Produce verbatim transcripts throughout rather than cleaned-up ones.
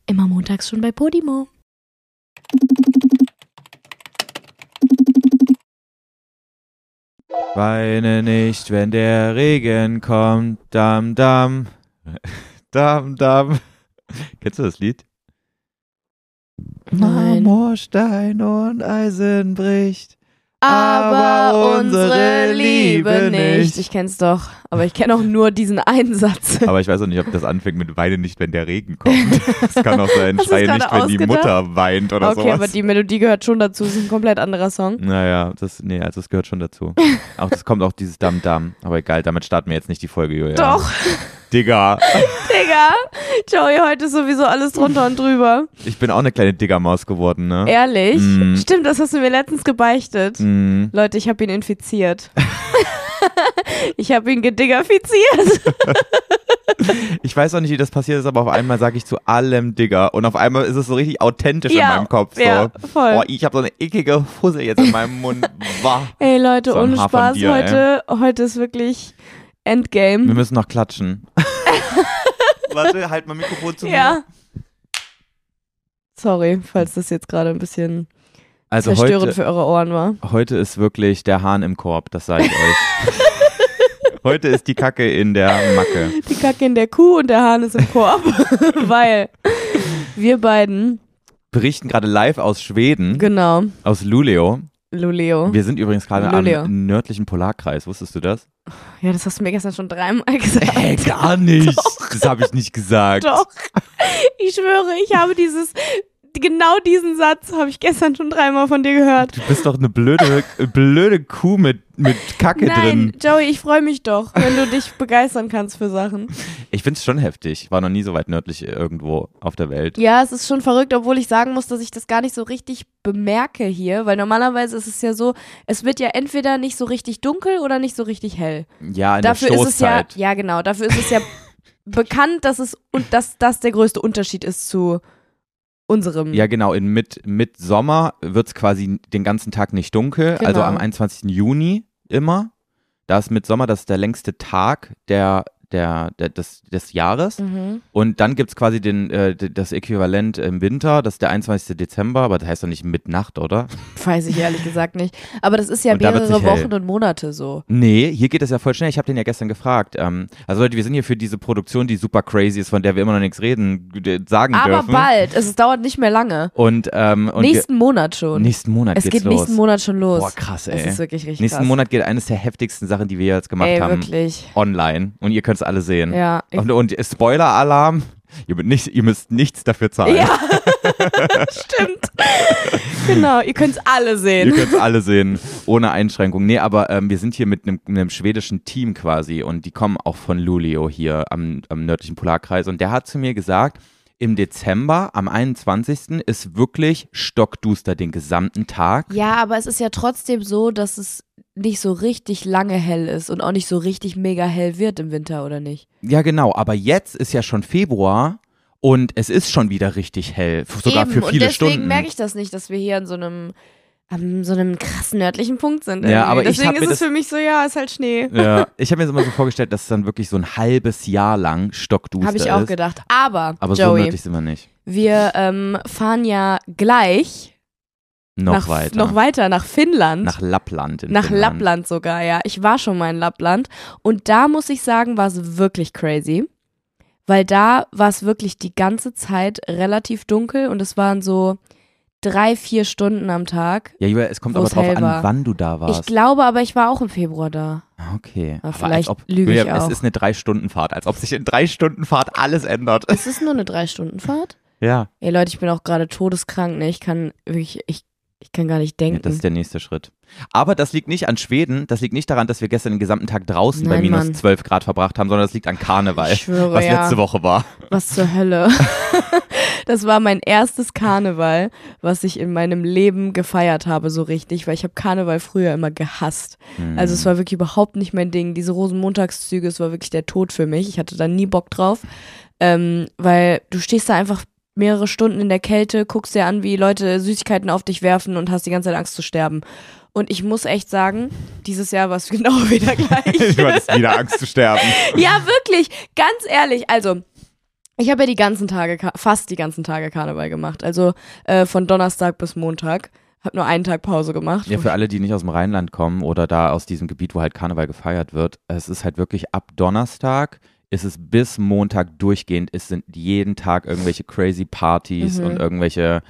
Immer montags schon bei Podimo. Weine nicht, wenn der Regen kommt, dam, dam, dam, dam. Kennst du das Lied? Nein. Marmor, Stein und Eisen bricht, Aber unsere Liebe nicht. Ich kenn's doch, aber ich kenne auch nur diesen einen Satz. Aber ich weiß auch nicht, ob das anfängt mit Weine nicht, wenn der Regen kommt. Es kann auch sein, Hast du Schreie es nicht, gerade wenn die ausgedacht? Mutter weint oder Okay, sowas. aber die Melodie gehört schon dazu. Es ist ein komplett anderer Song. Naja, das, nee, also das gehört schon dazu. Auch das kommt auch dieses Dam Dam. Aber egal, damit starten wir jetzt nicht die Folge, Julia. Doch. Digga. Digga. Joey, heute ist sowieso alles drunter und drüber. Ich bin auch eine kleine Diggermaus geworden, ne? Ehrlich? Mm. Stimmt, das hast du mir letztens gebeichtet. Mm. Leute, ich habe ihn infiziert. Ich habe ihn gediggerfiziert. Ich weiß auch nicht, wie das passiert ist, aber auf einmal sage ich zu allem Digger und auf einmal ist es so richtig authentisch Ja, in meinem Kopf. So. ja, voll. Oh, ich habe so eine eklige Fussel jetzt in meinem Mund. Wah. Ey Leute, So ein ohne Haar von Spaß, dir, heute, heute ist wirklich Wir Endgame. müssen noch klatschen. Warte, halt mal Mikrofon zu Ja. Sorry, falls das jetzt gerade ein bisschen Also zerstörend heute, für eure Ohren war. heute ist wirklich der Hahn im Korb, das sage ich euch. Heute ist die Kacke in der Macke. Die Kacke in der Kuh und der Hahn ist im Korb, weil wir beiden, Berichten gerade live aus Schweden, genau, aus Luleå. Luleo. Wir sind übrigens gerade Luleå. am nördlichen Polarkreis, wusstest du das? Ja, das hast du mir gestern schon dreimal gesagt. Ey, gar nicht. Doch. Das habe ich nicht gesagt. Doch. Ich schwöre, ich habe dieses, genau diesen Satz habe ich gestern schon dreimal von dir gehört. Du bist doch eine blöde, blöde Kuh mit, mit Kacke Nein, drin. Joey, ich freue mich doch, wenn du dich begeistern kannst für Sachen. Ich find's schon heftig. Ich war noch nie so weit nördlich irgendwo auf der Welt. Ja, es ist schon verrückt, obwohl ich sagen muss, dass ich das gar nicht so richtig bemerke hier, weil normalerweise ist es ja so, es wird ja entweder nicht so richtig dunkel oder nicht so richtig hell. Ja, in Dafür der ist es ja, Stoßzeit. ja genau, dafür ist es ja bekannt, dass es und dass das der größte Unterschied ist zu unserem. Ja, genau. In mit, mit Sommer wird's quasi den ganzen Tag nicht dunkel. Genau. Also am einundzwanzigsten Juni immer. Da ist mit Sommer, das ist der längste Tag der, der, der, des, des Jahres. Mhm. Und dann gibt's quasi den, äh, d- das Äquivalent im Winter, das ist der einundzwanzigsten Dezember, aber das heißt doch nicht Mitternacht, oder? Weiß ich ehrlich gesagt nicht. Aber das ist ja Und da wird's mehrere nicht hell. Wochen und Monate so. Nee, hier geht es ja voll schnell. Ich habe den ja gestern gefragt. Ähm, also Leute, wir sind hier für diese Produktion, die super crazy ist, von der wir immer noch nichts reden, d- sagen Aber dürfen. bald, es dauert nicht mehr lange. Und, ähm, und Nächsten Monat schon. nächsten Monat es geht's geht los. nächsten Monat schon los. Boah, krass, ey. Es ist wirklich richtig Nächsten krass. Monat geht eines der heftigsten Sachen, die wir jetzt gemacht Ey, haben, wirklich. online. Und ihr könnt es alle sehen. Ja. Ich, Und, und Spoiler-Alarm, ihr, müsst nicht, ihr müsst nichts dafür zahlen. ja, stimmt. Genau, ihr könnt es alle Ihr sehen. könnt es alle sehen, ohne Einschränkung. Nee, aber ähm, wir sind hier mit einem einem schwedischen Team quasi und die kommen auch von Luleå hier am, am nördlichen Polarkreis. Und der hat zu mir gesagt, im Dezember, am einundzwanzigsten ist wirklich stockduster den gesamten Tag. Ja, aber es ist ja trotzdem so, dass es nicht so richtig lange hell ist und auch nicht so richtig mega hell wird im Winter, oder nicht? Ja, genau, aber jetzt ist ja schon Februar und es ist schon wieder richtig hell, f- sogar Eben. für viele und deswegen Stunden. merke ich das nicht, dass wir hier an so einem, an so einem krassen nördlichen Punkt sind. Ja, irgendwie. aber ich deswegen hab mir ist es das- für mich so, ja, ist halt Schnee. Ja, ich habe mir das immer so vorgestellt, dass es dann wirklich so ein halbes Jahr lang stockduster Habe ich ist. auch gedacht. Aber, Aber so Joey, nördlich sind wir nicht. wir ähm, fahren ja gleich Noch nach, weiter. noch weiter nach Finnland. Nach Lappland. In Nach Finnland. Lappland sogar, ja. Ich war schon mal in Lappland und da muss ich sagen, war es wirklich crazy, weil da war es wirklich die ganze Zeit relativ dunkel und es waren so drei, vier Stunden am Tag. Ja, Julia, es kommt Wo aber es drauf hell an, war. wann du da warst. Ich glaube aber, ich war auch im Februar da. Ah, okay. Aber Aber vielleicht als ob, lüge ich Julia, auch. Es ist eine Drei-Stunden-Fahrt, als ob sich in Drei-Stunden-Fahrt alles ändert. Es ist nur eine Drei-Stunden-Fahrt. Ja. Ey Leute, ich bin auch gerade todeskrank, ne? Ich kann wirklich, ich, ich kann gar nicht ja, denken. das ist der nächste Schritt. Aber das liegt nicht an Schweden, das liegt nicht daran, dass wir gestern den gesamten Tag draußen bei Nein, minus Mann. zwölf Grad verbracht haben, sondern das liegt an Karneval, Ich schwöre, was ja. letzte Woche war. Was zur Hölle. Das war mein erstes Karneval, was ich in meinem Leben gefeiert habe, so richtig, weil ich habe Karneval früher immer gehasst. Hm. Also es war wirklich überhaupt nicht mein Ding. Diese Rosenmontagszüge, es war wirklich der Tod für mich. Ich hatte da nie Bock drauf, ähm, weil du stehst da einfach mehrere Stunden in der Kälte, guckst dir an, wie Leute Süßigkeiten auf dich werfen und hast die ganze Zeit Angst zu sterben. Und ich muss echt sagen, dieses Jahr war es genau wieder gleich. Du hattest wieder Angst zu sterben. Ja, wirklich, ganz ehrlich. Also, Ich habe ja die ganzen Tage, fast die ganzen Tage Karneval gemacht. Also äh, von Donnerstag bis Montag. Hab nur einen Tag Pause gemacht. Ja, für alle, die nicht aus dem Rheinland kommen oder da aus diesem Gebiet, wo halt Karneval gefeiert wird, es ist halt wirklich ab Donnerstag ist es bis Montag durchgehend, es sind jeden Tag irgendwelche crazy Partys Mhm. und irgendwelche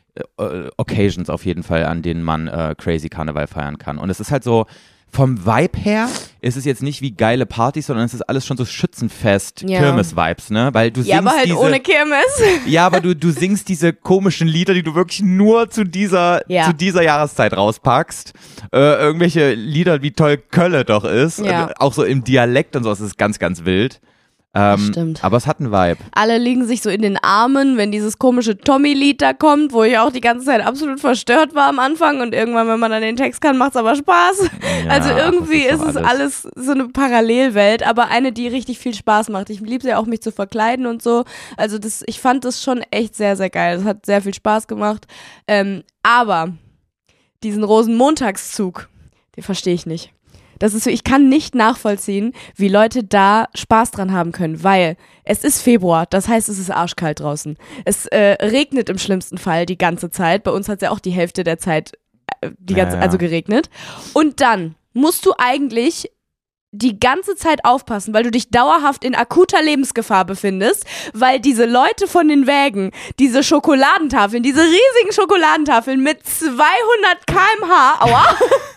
äh, Occasions auf jeden Fall, an denen man äh, crazy Karneval feiern kann. Und es ist halt so, vom Vibe her ist es jetzt nicht wie geile Partys, sondern es ist alles schon so Schützenfest, Ja. Kirmes-Vibes, ne? Weil du Ja, singst aber halt diese, ohne Kirmes. ja, aber du, du singst diese komischen Lieder, die du wirklich nur zu dieser, Ja. zu dieser Jahreszeit rauspackst. Äh, irgendwelche Lieder, wie toll Kölle doch ist. Ja. Äh, auch so im Dialekt und so, es ist ganz, ganz wild. Ähm, stimmt. Aber es hat einen Vibe. Alle liegen sich so in den Armen, wenn dieses komische Tommy-Lied da kommt, wo ich auch die ganze Zeit absolut verstört war am Anfang und irgendwann, wenn man dann den Text kann, macht's aber Spaß. Ja, also irgendwie ach, das ist doch es alles so eine Parallelwelt, aber eine, die richtig viel Spaß macht. Ich liebe es ja auch, mich zu verkleiden und so. Also das, ich fand das schon echt sehr, sehr geil. Es hat sehr viel Spaß gemacht. Ähm, aber diesen Rosenmontagszug, den verstehe ich nicht. Das ist so, ich kann nicht nachvollziehen, wie Leute da Spaß dran haben können, weil es ist Februar, das heißt, es ist arschkalt draußen. Es äh, regnet im schlimmsten Fall die ganze Zeit. Bei uns hat es ja auch die Hälfte der Zeit äh, die ganze, Ja, ja. also geregnet. Und dann musst du eigentlich die ganze Zeit aufpassen, weil du dich dauerhaft in akuter Lebensgefahr befindest, weil diese Leute von den Wägen diese Schokoladentafeln, diese riesigen Schokoladentafeln mit zweihundert Kilometer pro Stunde aua,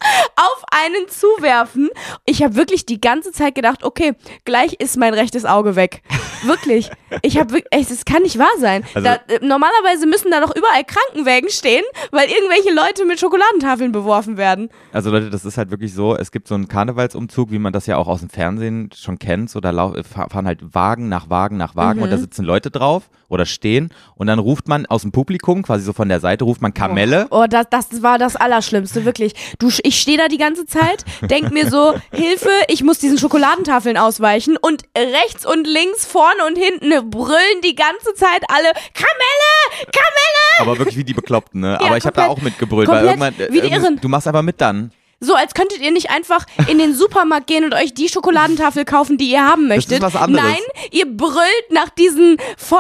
auf einen zuwerfen. Ich habe wirklich die ganze Zeit gedacht, okay, gleich ist mein rechtes Auge weg. Wirklich. Ich habe wirklich, das kann nicht wahr sein. Also- da, äh, normalerweise müssen da doch überall Krankenwägen stehen, weil irgendwelche Leute mit Schokoladentafeln beworfen werden. Also Leute, das ist halt wirklich so, es gibt so einen Karnevalsumzug, wie man das ja auch aus dem Fernsehen schon kennt, so da lau- fahren halt Wagen nach Wagen nach Wagen Mhm. und da sitzen Leute drauf oder stehen und dann ruft man aus dem Publikum, quasi so von der Seite, ruft man Kamelle. Oh, das, das war das Allerschlimmste, wirklich. Du, ich stehe da die ganze Zeit, denk mir so, Hilfe, ich muss diesen Schokoladentafeln ausweichen und rechts und links, vorne und hinten brüllen die ganze Zeit alle, Kamelle, Kamelle! Aber wirklich wie die Bekloppten, ne? Ja, Aber ich habe da komplett- auch mitgebrüllt, weil komplett irgendwann, wie die irgend- Irren. du machst einfach mit dann. So, als könntet ihr nicht einfach in den Supermarkt gehen und euch die Schokoladentafel kaufen, die ihr haben möchtet. was anderes. Nein, ihr brüllt nach diesen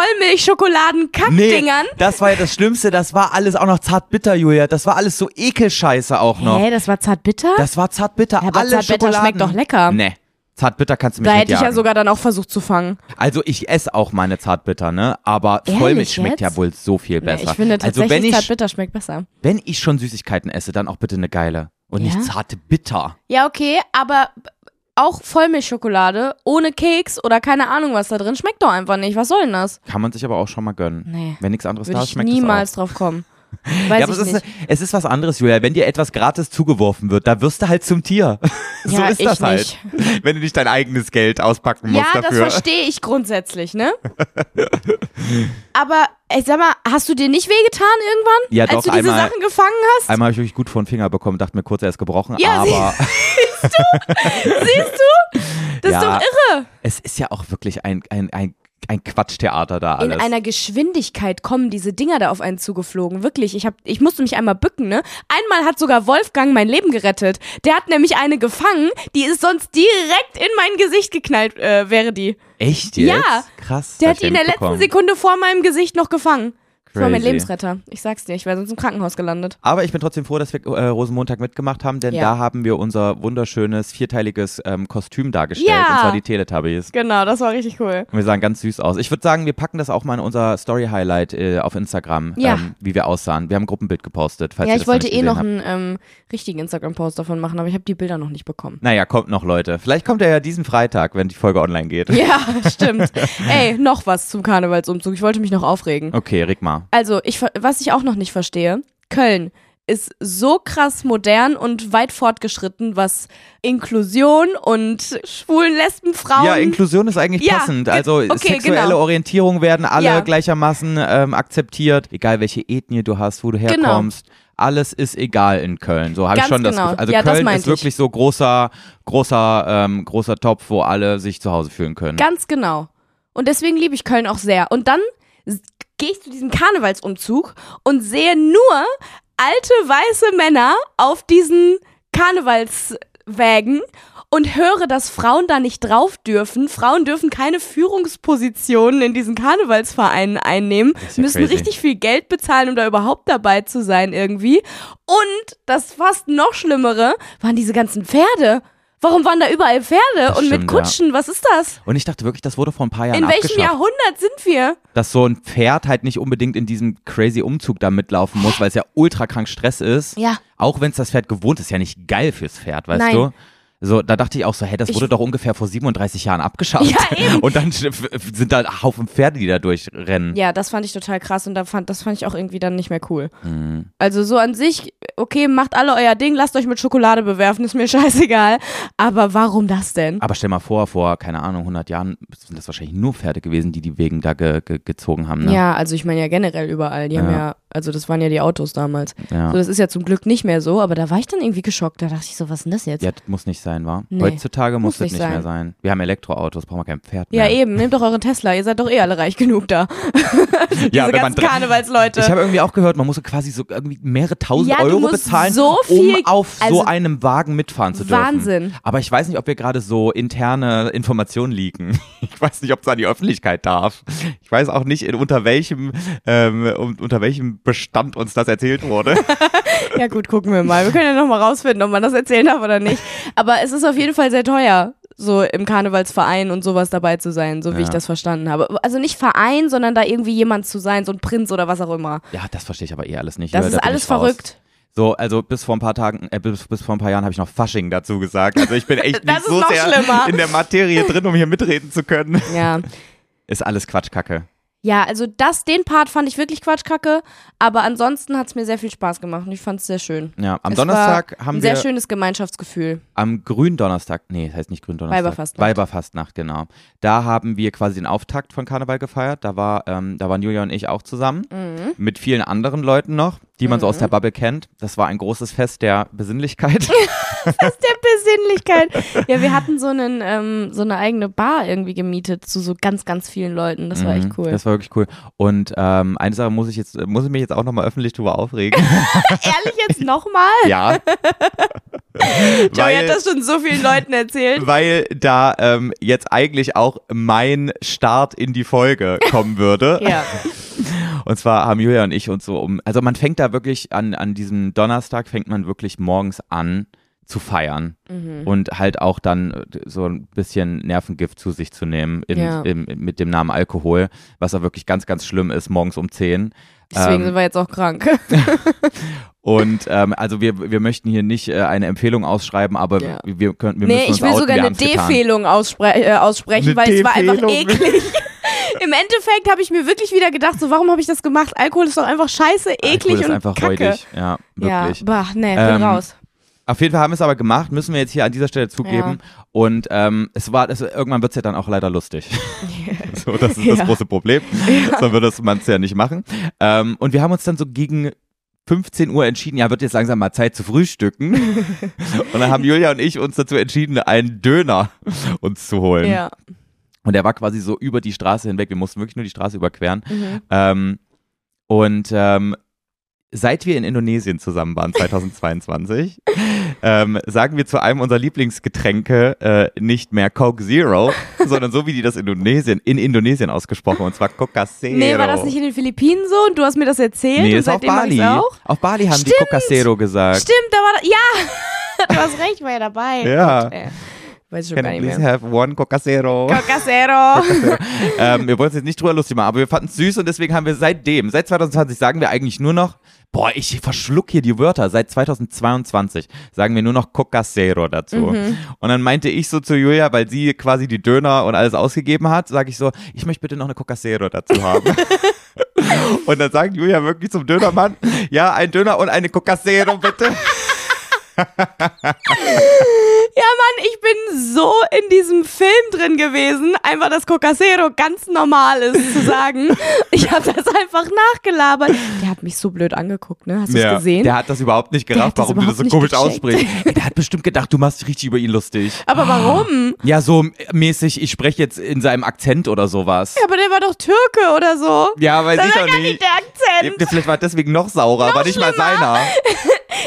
Vollmilch-Schokoladen-Kackdingern. das war ja das Schlimmste, das war alles auch noch zartbitter, Julia. Das war alles so Ekelscheiße auch noch. Hä, das war zartbitter? Das war zartbitter. Ja, aber Alle zartbitter Schokoladen. schmeckt doch lecker. Nee. Zartbitter kannst du mich Da nicht hätte ich ja jagen. sogar dann auch versucht zu fangen. Also ich esse auch meine Zartbitter, ne? Aber Ehrlich Vollmilch schmeckt jetzt? ja wohl so viel Nee, besser. ich finde also tatsächlich wenn ich, zartbitter schmeckt besser. wenn ich schon Süßigkeiten esse, dann auch bitte eine geile. Und Ja? nicht zarte Bitter. Ja, okay, aber auch Vollmilchschokolade ohne Keks oder keine Ahnung was da drin schmeckt doch einfach nicht. Was soll denn das? Kann man sich aber auch schon mal gönnen. Nee. Wenn nichts anderes Würde da ich ist, schmeckt niemals es auch. drauf kommen. Weiß Ja, aber ich es ist, nicht. es ist was anderes, Julia. Wenn dir etwas gratis zugeworfen wird, da wirst du halt zum Tier. so Ja, ist ich das halt. nicht. Wenn du nicht dein eigenes Geld auspacken Ja, musst das dafür. verstehe ich grundsätzlich, ne? Aber, ich sag mal, hast du dir nicht wehgetan irgendwann? Ja, als doch, du diese einmal- Sachen gefangen hast? Einmal habe ich wirklich gut vor den Finger bekommen, dachte mir kurz, er ist gebrochen, Ja, aber Siehst du? Das Ja. ist doch irre. es ist ja auch wirklich ein, ein, ein, ein Quatschtheater da In alles. einer Geschwindigkeit kommen diese Dinger da auf einen zugeflogen. Wirklich, ich, hab, ich musste mich einmal bücken, ne? Einmal hat sogar Wolfgang mein Leben gerettet. Der hat nämlich eine gefangen, die ist sonst direkt in mein Gesicht geknallt, äh, wäre die. Echt jetzt? Ja. Krass. Der hab hat ich die in der nicht letzten mitbekommen. Sekunde vor meinem Gesicht noch gefangen. Das war mein Crazy. Lebensretter. Ich sag's dir, ich wäre sonst im Krankenhaus gelandet. Aber ich bin trotzdem froh, dass wir äh, Rosenmontag mitgemacht haben, denn Ja. da haben wir unser wunderschönes vierteiliges ähm, Kostüm dargestellt, Ja. und zwar die Teletubbies. Genau, das war richtig cool. Und wir sahen ganz süß aus. Ich würde sagen, wir packen das auch mal in unser Story-Highlight äh, auf Instagram, Ja. ähm, wie wir aussahen. Wir haben ein Gruppenbild gepostet, falls Ja, ihr ich das noch wollte nicht eh gesehen noch habt. einen ähm, richtigen Instagram-Post davon machen, aber ich habe die Bilder noch nicht bekommen. Naja, kommt noch, Leute. Vielleicht kommt er ja diesen Freitag, wenn die Folge online geht. Ja, stimmt. Ey, noch was zum Karnevalsumzug. Ich wollte mich noch aufregen. Okay, rig mal. Also, ich, ver- was ich auch noch nicht verstehe, Köln ist so krass modern und weit fortgeschritten, was Inklusion und Schwulen, Lesben, Frauen... Ja, Inklusion ist eigentlich Ja, passend. ge- Also okay, sexuelle genau. Orientierung werden alle Ja. gleichermaßen ähm, akzeptiert, egal welche Ethnie du hast, wo du herkommst. Alles ist egal in Köln. So habe ich Ganz schon das genau. Gefühl. Also Ja, das Köln meinte ist wirklich so großer, großer, ähm, großer Topf, wo alle sich zu Hause fühlen können. Ganz genau. Und deswegen liebe ich Köln auch sehr. Und dann s- gehe ich zu diesem Karnevalsumzug und sehe nur alte weiße Männer auf diesen Karnevalswägen und höre, dass Frauen da nicht drauf dürfen. Frauen dürfen keine Führungspositionen in diesen Karnevalsvereinen einnehmen, ja müssen crazy. richtig viel Geld bezahlen, um da überhaupt dabei zu sein irgendwie. Und das fast noch Schlimmere waren diese ganzen Pferde. Warum waren da überall Pferde Das und stimmt, mit Kutschen? Ja. Was ist das? Und ich dachte wirklich, das wurde vor ein paar Jahren In welchem abgeschafft. Jahrhundert sind wir? Dass so ein Pferd halt nicht unbedingt in diesem crazy Umzug da mitlaufen muss, weil es ja ultra krank Stress ist. Ja. Auch wenn es das Pferd gewohnt ist, ja nicht geil fürs Pferd, weißt Nein. du? So, da dachte ich auch so, hey, das wurde Ich- doch ungefähr vor siebenunddreißig Jahren abgeschafft. Ja, eben. Und dann sind da Haufen Pferde, die da durchrennen. Ja, das fand ich total krass und da fand, das fand ich auch irgendwie dann nicht mehr cool. Mhm. Also so an sich, okay, macht alle euer Ding, lasst euch mit Schokolade bewerfen, ist mir scheißegal. Aber warum das denn? Aber stell mal vor, vor, keine Ahnung, hundert Jahren sind das wahrscheinlich nur Pferde gewesen, die die Wegen da ge ge gezogen haben. Ne? Ja, also ich meine ja generell überall. Die Ja. haben ja, also das waren ja die Autos damals. Ja. So, das ist ja zum Glück nicht mehr so, aber da war ich dann irgendwie geschockt. Da dachte ich so, was ist denn das jetzt? Ja, das muss nicht sein, wa? Nee, Heutzutage muss muss das nicht nicht sein. mehr sein. Wir haben Elektroautos, brauchen wir kein Pferd Ja, mehr. eben, nehmt doch euren Tesla, ihr seid doch eh alle reich genug da. Diese Ja, wenn man ganzen dre- Karnevalsleute. Ich habe irgendwie auch gehört, man muss quasi so irgendwie mehrere tausend Ja, du Euro musst bezahlen, so viel- um auf also so einem Wagen mitfahren zu dürfen. Wahnsinn. Aber ich weiß nicht, ob wir gerade so interne Informationen leaken. Ich weiß nicht, ob es an die Öffentlichkeit darf. Ich weiß auch nicht, in, unter welchem ähm, un- unter welchem Bestand uns das erzählt wurde. Ja gut, gucken wir mal. Wir können ja noch mal rausfinden, ob man das erzählen darf oder nicht. Aber es ist auf jeden Fall sehr teuer, so im Karnevalsverein und sowas dabei zu sein, so wie Ja. ich das verstanden habe. Also nicht Verein, sondern da irgendwie jemand zu sein, so ein Prinz oder was auch immer. Ja, das verstehe ich aber eh alles nicht. Das Ja, ist da bin alles ich raus. verrückt. So, also bis vor ein paar Tagen, äh, bis, bis vor ein paar Jahren habe ich noch Fasching dazu gesagt. Also ich bin echt Das nicht ist so noch sehr schlimmer. in der Materie drin, um hier mitreden zu können. Ja. Ist alles Quatschkacke. Ja, also das, den Part fand ich wirklich Quatschkacke, aber ansonsten hat es mir sehr viel Spaß gemacht und ich fand es sehr schön. Ja, am Es Donnerstag war haben ein wir sehr schönes Gemeinschaftsgefühl. am Gründonnerstag, nee, das heißt nicht Gründonnerstag. Weiberfastnacht. Weiberfastnacht, genau. Da haben wir quasi den Auftakt von Karneval gefeiert. Da war, ähm, da waren Julia und ich auch zusammen. Mhm. Mit vielen anderen Leuten noch, die man so aus der Bubble kennt. Das war ein großes Fest der Besinnlichkeit. Das ist der Besinnlichkeit. Ja, wir hatten so, einen, ähm, so eine eigene Bar irgendwie gemietet zu so ganz, ganz vielen Leuten. Das war echt Mhm, cool. Das war wirklich cool. Und ähm, eine Sache muss ich jetzt, muss ich mich jetzt auch nochmal öffentlich drüber aufregen. Ehrlich jetzt nochmal? Ja. Joey hat das schon so vielen Leuten erzählt. Weil da ähm, jetzt eigentlich auch mein Start in die Folge kommen würde. Ja. Und zwar haben Julia und ich uns so um, also man fängt da wirklich an, an diesem Donnerstag fängt man wirklich morgens an zu feiern Mhm. und halt auch dann so ein bisschen Nervengift zu sich zu nehmen in, Ja. im, mit dem Namen Alkohol, was ja wirklich ganz, ganz schlimm ist, morgens um zehn. Deswegen Ähm, sind wir jetzt auch krank. Und ähm, also wir, wir möchten hier nicht äh, eine Empfehlung ausschreiben, aber Ja. wir, wir können wir Nee, müssen uns ich will outen, sogar wir eine haben's getan. D-Fehlung ausspre äh, aussprechen, Eine weil es war einfach D-Fehlung. eklig. Im Endeffekt habe ich mir wirklich wieder gedacht, so warum habe ich das gemacht? Alkohol ist doch einfach scheiße, eklig Alkohol ist und einfach kacke. räudig. Ja, wirklich. Ja, bah, nee, bin Ähm, raus. Auf jeden Fall haben wir es aber gemacht, müssen wir jetzt hier an dieser Stelle zugeben. Und ähm, es war, es, irgendwann wird es ja dann auch leider lustig. So, das ist Ja. das große Problem. Sonst würde man es ja nicht machen. Ähm, und wir haben uns dann so gegen fünfzehn Uhr entschieden, ja, wird jetzt langsam mal Zeit zu frühstücken. Und dann haben Julia und ich uns dazu entschieden, einen Döner uns zu holen. Ja. Und der war quasi so über die Straße hinweg. Wir mussten wirklich nur die Straße überqueren. Mhm. Ähm, und ähm, seit wir in Indonesien zusammen waren, zweitausendzweiundzwanzig, ähm, sagen wir zu einem unserer Lieblingsgetränke äh, nicht mehr Coke Zero, sondern so wie die das in Indonesien, in Indonesien ausgesprochen, und zwar Coca Zero. Nee, war das nicht in den Philippinen so und du hast mir das erzählt Nee, und ist auf seitdem mach ich's Bali. auch? Auf Bali haben die Stimmt. Coca Zero gesagt. Stimmt, da war das, ja, du hast recht, war ja dabei. Ja. Gott, ey. Weiß ich schon Can gar I nicht please mehr. have one Coca Zero? Coca Zero. ähm, wir wollen es jetzt nicht drüber lustig machen, aber wir fanden es süß und deswegen haben wir seitdem, seit zwanzig zwanzig sagen wir eigentlich nur noch, boah, ich verschluck hier die Wörter, seit zweitausendzweiundzwanzig sagen wir nur noch Coca Zero dazu. Mhm. Und dann meinte ich so zu Julia, weil sie quasi die Döner und alles ausgegeben hat, sage ich so, ich möchte bitte noch eine Coca Zero dazu haben. Und dann sagt Julia wirklich zum Dönermann, ja, ein Döner und eine Coca Zero bitte. Ja, Mann, ich bin so in diesem Film drin gewesen, einfach, dass Coca Zero ganz normal ist zu sagen. Ich habe das einfach nachgelabert. Der hat mich so blöd angeguckt, ne? Hast du es Ja, gesehen? der hat das überhaupt nicht Der gerafft, hat das warum du das so überhaupt komisch nicht gecheckt. aussprichst. Ey, der hat bestimmt gedacht, du machst dich richtig über ihn lustig. Aber warum? Ja, so mäßig, ich spreche jetzt in seinem Akzent oder sowas. Ja, aber der war doch Türke oder so. Ja, weiß Das ich war doch gar nicht. nicht der Akzent. Vielleicht war deswegen noch saurer, war nicht mal seiner.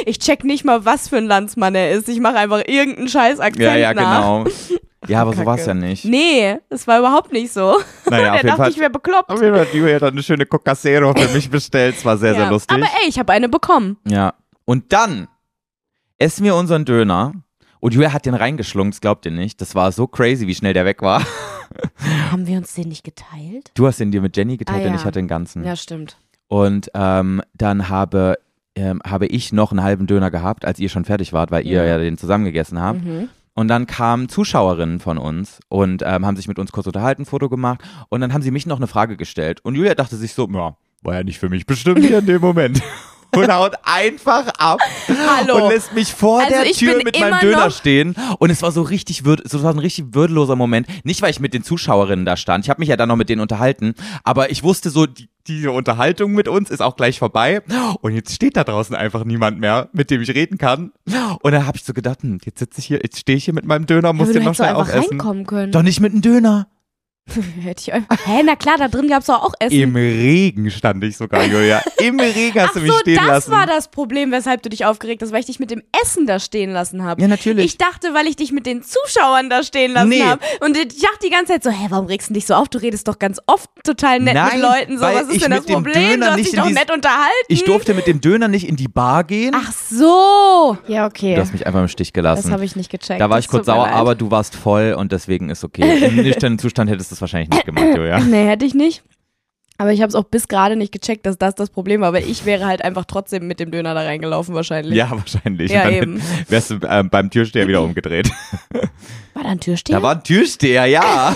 Ich check nicht mal, was für ein Landsmann er ist. Ich mache einfach irgendeinen scheiß Akzent Ja, ja, nach. genau. Ja, aber Kacke. so war es ja nicht. Nee, das war überhaupt nicht so. Naja, auf Der jeden dachte, Fall. ich wäre bekloppt. Auf jeden Fall hat Julia dann eine schöne Cocacero für mich bestellt. Es war sehr, ja. sehr lustig. Aber ey, ich habe eine bekommen. Ja. Und dann essen wir unseren Döner und Julia hat den reingeschlungen, das glaubt ihr nicht. Das war so crazy, wie schnell der weg war. Haben wir uns den nicht geteilt? Du hast den dir mit Jenny geteilt Ah, und ja. ich hatte den ganzen. Ja, stimmt. Und ähm, dann habe, ähm, habe ich noch einen halben Döner gehabt, als ihr schon fertig wart, weil ihr Ja. ja den zusammen gegessen habt. Mhm. Und dann kamen Zuschauerinnen von uns und ähm, haben sich mit uns kurz unterhalten, ein Foto gemacht. Und dann haben sie mich noch eine Frage gestellt. Und Julia dachte sich so, ja, war ja nicht für mich bestimmt hier in dem Moment. Und haut einfach ab Hallo. und lässt mich vor Also der ich Tür bin mit immer meinem Döner noch- stehen. Und es war so richtig würd, so war ein richtig würdeloser Moment. Nicht, weil ich mit den Zuschauerinnen da stand. Ich habe mich ja dann noch mit denen unterhalten. Aber ich wusste so, die, diese Unterhaltung mit uns ist auch gleich vorbei. Und jetzt steht da draußen einfach niemand mehr, mit dem ich reden kann. Und dann habe ich so gedacht, hm, jetzt sitze ich hier, jetzt stehe ich hier mit meinem Döner, muss Aber den du noch hättest doch schnell einfach aufessen. reinkommen können. Doch nicht mit einem Döner. Hätte ich einfach. Hä, na klar, da drin gab's doch auch Essen. Im Regen stand ich sogar, Julia. Im Regen hast Ach du mich so, stehen das lassen. war das Problem, weshalb du dich aufgeregt hast, weil ich dich mit dem Essen da stehen lassen habe. Ja, natürlich. Ich dachte, weil ich dich mit den Zuschauern da stehen lassen Nee. habe. Und ich dachte die ganze Zeit so, hä, warum regst du dich so auf? Du redest doch ganz oft total nett Nein, mit Leuten. So, weil was ist ich denn das mit dem Problem? Döner Du hast nicht dich in doch dies- nett unterhalten. Ich durfte mit dem Döner nicht in die Bar gehen. Ach so. Ja, okay. Du hast mich einfach im Stich gelassen. Das habe ich nicht gecheckt. Da war Das ich kurz tut mir sauer, leid. aber du warst voll und deswegen ist okay. Im nüchternen Zustand hättest du es wahrscheinlich nicht gemacht, Julia. Nee, hätte ich nicht. Aber ich habe es auch bis gerade nicht gecheckt, dass das das Problem war, weil ich wäre halt einfach trotzdem mit dem Döner da reingelaufen wahrscheinlich. Ja, wahrscheinlich. Ja, und dann eben. wärst du äh, beim Türsteher wieder umgedreht. War da ein Türsteher? Da war ein Türsteher, ja.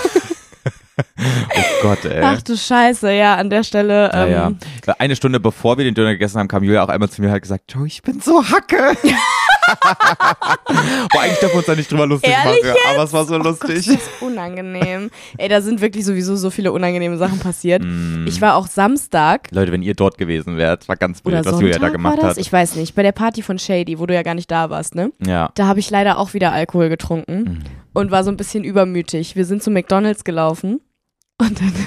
Oh Gott, ey. Ach du Scheiße, ja, an der Stelle. Ja, Ähm, ja. Eine Stunde bevor wir den Döner gegessen haben, kam Julia auch einmal zu mir und hat gesagt, Joe, ich bin so Hacke. Boah, eigentlich dürfen wir uns da nicht drüber lustig Ehrlich machen, aber es war so Oh Gott, lustig. das ist unangenehm. Ey, da sind wirklich sowieso so viele unangenehme Sachen passiert. Mm. Ich war auch Samstag Leute, wenn ihr dort gewesen wärt, war ganz oder blöd, was Sonntag Julia da gemacht war das? hat. Ich weiß nicht, bei der Party von Shady, wo du ja gar nicht da warst, ne? Ja. Da habe ich leider auch wieder Alkohol getrunken Mhm. und war so ein bisschen übermütig. Wir sind zu McDonald's gelaufen und dann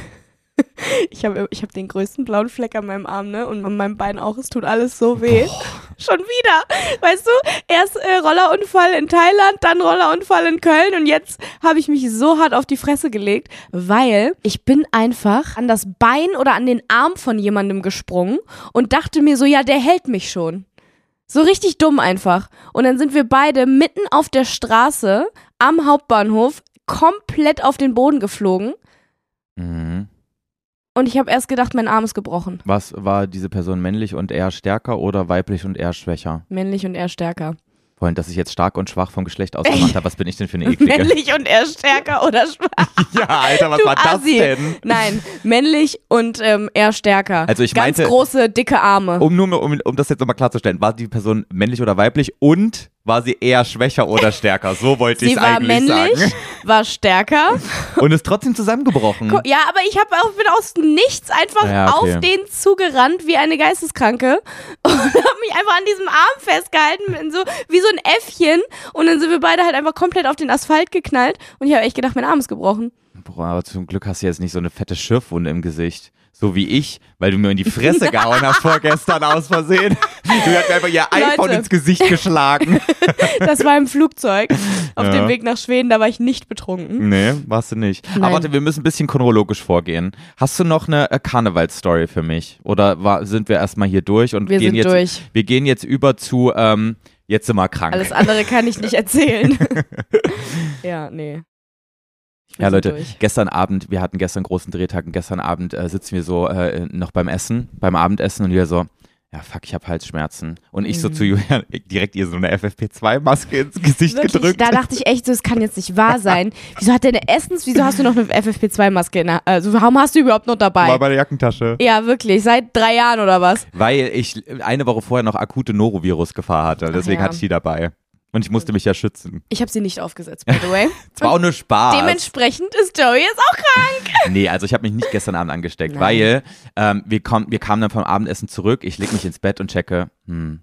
ich habe ich hab den größten blauen Fleck an meinem Arm, ne? Und an meinem Bein auch. Es tut alles so weh. Schon wieder. Weißt du, erst äh, Rollerunfall in Thailand, dann Rollerunfall in Köln und jetzt habe ich mich so hart auf die Fresse gelegt, weil ich bin einfach an das Bein oder an den Arm von jemandem gesprungen und dachte mir so, ja, der hält mich schon. So richtig dumm einfach. Und dann sind wir beide mitten auf der Straße am Hauptbahnhof komplett auf den Boden geflogen. Mhm. Und ich habe erst gedacht, mein Arm ist gebrochen. Was war diese Person, männlich und eher stärker oder weiblich und eher schwächer? Männlich und eher stärker. Vorhin, dass ich jetzt stark und schwach vom Geschlecht ausgemacht habe, was bin ich denn für eine eklige? Männlich und eher stärker oder schwach. Ja, Alter, was Du war das Assi. denn? Nein, männlich und ähm, eher stärker. Also ich Ganz meinte- große, dicke Arme. Um nur um, um das jetzt nochmal klarzustellen, war die Person männlich oder weiblich und war sie eher schwächer oder stärker? So wollte ich Sie es war eigentlich männlich, sagen. war stärker. Und ist trotzdem zusammengebrochen. Ja, aber ich habe auch bin aus dem Nichts einfach Ja, okay. auf den zugerannt wie eine Geisteskranke und habe mich einfach an diesem Arm festgehalten, in so, wie so ein Äffchen. Und dann sind wir beide halt einfach komplett auf den Asphalt geknallt und ich habe echt gedacht, mein Arm ist gebrochen. Boah, aber zum Glück hast du jetzt nicht so eine fette Schürfwunde im Gesicht. So wie ich, weil du mir in die Fresse gehauen hast vorgestern aus Versehen. Du hast mir einfach ihr iPhone Leute. ins Gesicht geschlagen. Das war im Flugzeug auf Ja. dem Weg nach Schweden, da war ich nicht betrunken. Nee, warst du nicht. Nein. Aber warte, wir müssen ein bisschen chronologisch vorgehen. Hast du noch eine äh, Karnevalsstory für mich? Oder war, sind wir erstmal hier durch und Wir gehen sind jetzt, durch. wir gehen jetzt über zu, ähm, jetzt sind wir krank. Alles andere kann ich nicht erzählen. Ja, nee. Wir Ja, sind Leute, durch. gestern Abend, wir hatten gestern einen großen Drehtag und gestern Abend äh, sitzen wir so äh, noch beim Essen, beim Abendessen und wir so, ja fuck, ich habe Halsschmerzen. Und ich so Mhm. zu Julian, direkt ihr so eine F F P zwei Maske ins Gesicht Wirklich, gedrückt. da dachte ich echt so, es kann jetzt nicht wahr sein. Wieso hat der eine Essens, wieso hast du noch eine F F P zwei Maske in der, also warum hast du überhaupt noch dabei? War bei der Jackentasche. Ja, wirklich, seit drei Jahren oder was? Weil ich eine Woche vorher noch akute Norovirus-Gefahr hatte. Deswegen ja. hatte ich die dabei. Und ich musste mich ja schützen. Ich habe sie nicht aufgesetzt, by the way. Es war auch nur Spaß. Dementsprechend ist Joey jetzt auch krank. Nee, also ich habe mich nicht gestern Abend angesteckt, Nein. weil ähm, wir, komm, wir kamen dann vom Abendessen zurück, ich leg mich ins Bett und checke, hm, ich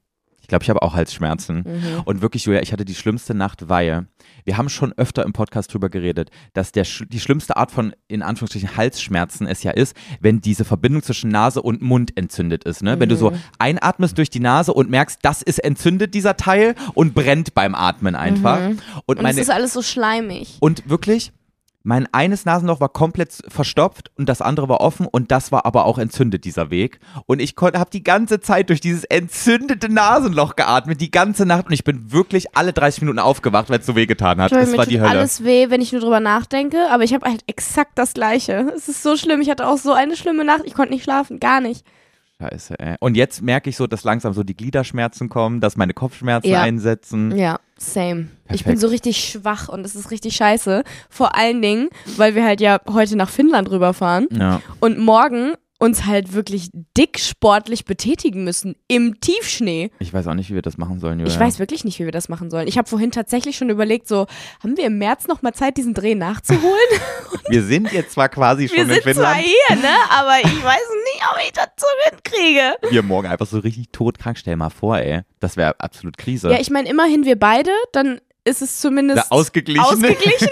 glaube, ich habe auch Halsschmerzen. Mhm. Und wirklich, Julia, ich hatte die schlimmste Nacht, weil wir haben schon öfter im Podcast drüber geredet, dass der, die schlimmste Art von, in Anführungsstrichen, Halsschmerzen es ja ist, wenn diese Verbindung zwischen Nase und Mund entzündet ist. Ne? Mhm. Wenn du so einatmest durch die Nase und merkst, das ist entzündet, dieser Teil, und brennt beim Atmen einfach. Mhm. Und, Und meine, es ist alles so schleimig. und wirklich, mein eines Nasenloch war komplett verstopft und das andere war offen und das war aber auch entzündet, dieser Weg. Und ich habe die ganze Zeit durch dieses entzündete Nasenloch geatmet, die ganze Nacht. Und ich bin wirklich alle dreißig Minuten aufgewacht, weil es so wehgetan hat. Joey, Es mir war tut die Hölle. alles weh, wenn ich nur drüber nachdenke, aber ich habe halt exakt das Gleiche. Es ist so schlimm. Ich hatte auch so eine schlimme Nacht. Ich konnte nicht schlafen, gar nicht. Scheiße, ey. Und jetzt merke ich so, dass langsam so die Gliederschmerzen kommen, dass meine Kopfschmerzen Ja. einsetzen. Ja, same. Ich Perfekt. bin so richtig schwach und es ist richtig scheiße. Vor allen Dingen, weil wir halt ja heute nach Finnland rüberfahren Ja. und morgen uns halt wirklich dick sportlich betätigen müssen im Tiefschnee. Ich weiß auch nicht, wie wir das machen sollen, Julia. Ich weiß wirklich nicht, wie wir das machen sollen. Ich habe vorhin tatsächlich schon überlegt, so, haben wir im März noch mal Zeit, diesen Dreh nachzuholen? Wir sind jetzt zwar quasi schon wir in sind Finnland. zwar hier, ne? Aber ich weiß nicht, ob ich das so hinkriege. Wir morgen einfach so richtig todkrank. Stell mal vor, ey. Das wäre absolut Krise. Ja, ich meine, immerhin wir beide, dann ist es zumindest Na, ausgeglichen. ausgeglichen.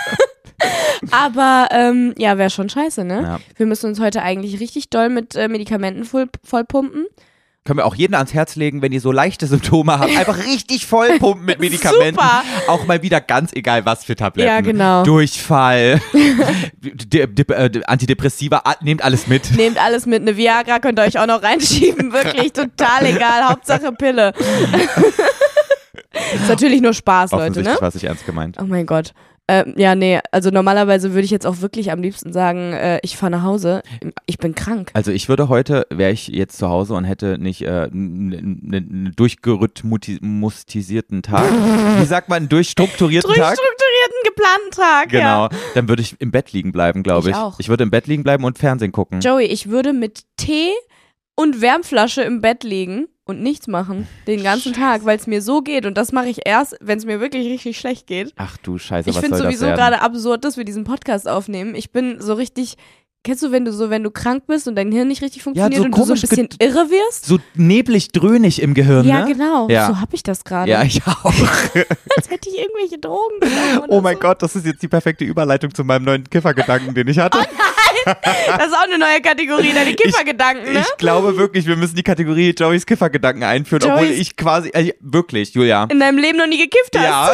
Aber ähm, ja, wäre schon scheiße, ne? Ja. Wir müssen uns heute eigentlich richtig doll mit äh, Medikamenten voll, vollpumpen. Können wir auch jedem ans Herz legen, wenn ihr so leichte Symptome habt, einfach richtig vollpumpen mit Medikamenten. Super. Auch mal wieder ganz egal was für Tabletten. Ja, genau. Durchfall, de, de, de, Antidepressiva, a- nehmt alles mit. Nehmt alles mit, eine Viagra könnt ihr euch auch noch reinschieben, wirklich total egal, Hauptsache Pille. Ist natürlich nur Spaß, Leute, Offensichtlich ne? war es nicht ernst gemeint. Oh mein Gott. Ähm, ja, nee, also normalerweise würde ich jetzt auch wirklich am liebsten sagen, äh, ich fahre nach Hause, ich bin krank. Also ich würde heute, wäre ich jetzt zu Hause und hätte nicht äh, einen durchgerhythmustisierten Tag, wie sagt man, einen durchstrukturierten Tag? Durchstrukturierten, geplanten Tag, Genau, ja. dann würde ich im Bett liegen bleiben, glaube Ich ich. auch. Ich würde im Bett liegen bleiben und Fernsehen gucken. Joey, ich würde mit Tee und Wärmflasche im Bett liegen und nichts machen, den ganzen Tag, weil es mir so geht und das mache ich erst, wenn es mir wirklich richtig schlecht geht. Ach du Scheiße, Ich was finde soll das sowieso werden? gerade absurd, dass wir diesen Podcast aufnehmen. Ich bin so richtig, kennst du, wenn du so, wenn du krank bist und dein Hirn nicht richtig funktioniert so und du so ein komisch bisschen ge- irre wirst? So neblig dröhnig im Gehirn, Ja, ne? genau. Ja. So habe ich das gerade. Ja, ich auch. Als hätte ich irgendwelche Drogen genommen oder Oh mein so. Gott, das ist jetzt die perfekte Überleitung zu meinem neuen Kiffergedanken, den ich hatte. Das ist auch eine neue Kategorie, deine Kiffergedanken, ne? Ich glaube wirklich, wir müssen die Kategorie Joeys Kiffergedanken einführen, obwohl Joeys- ich quasi, äh, wirklich, Julia. In deinem Leben noch nie gekifft hast. Ja.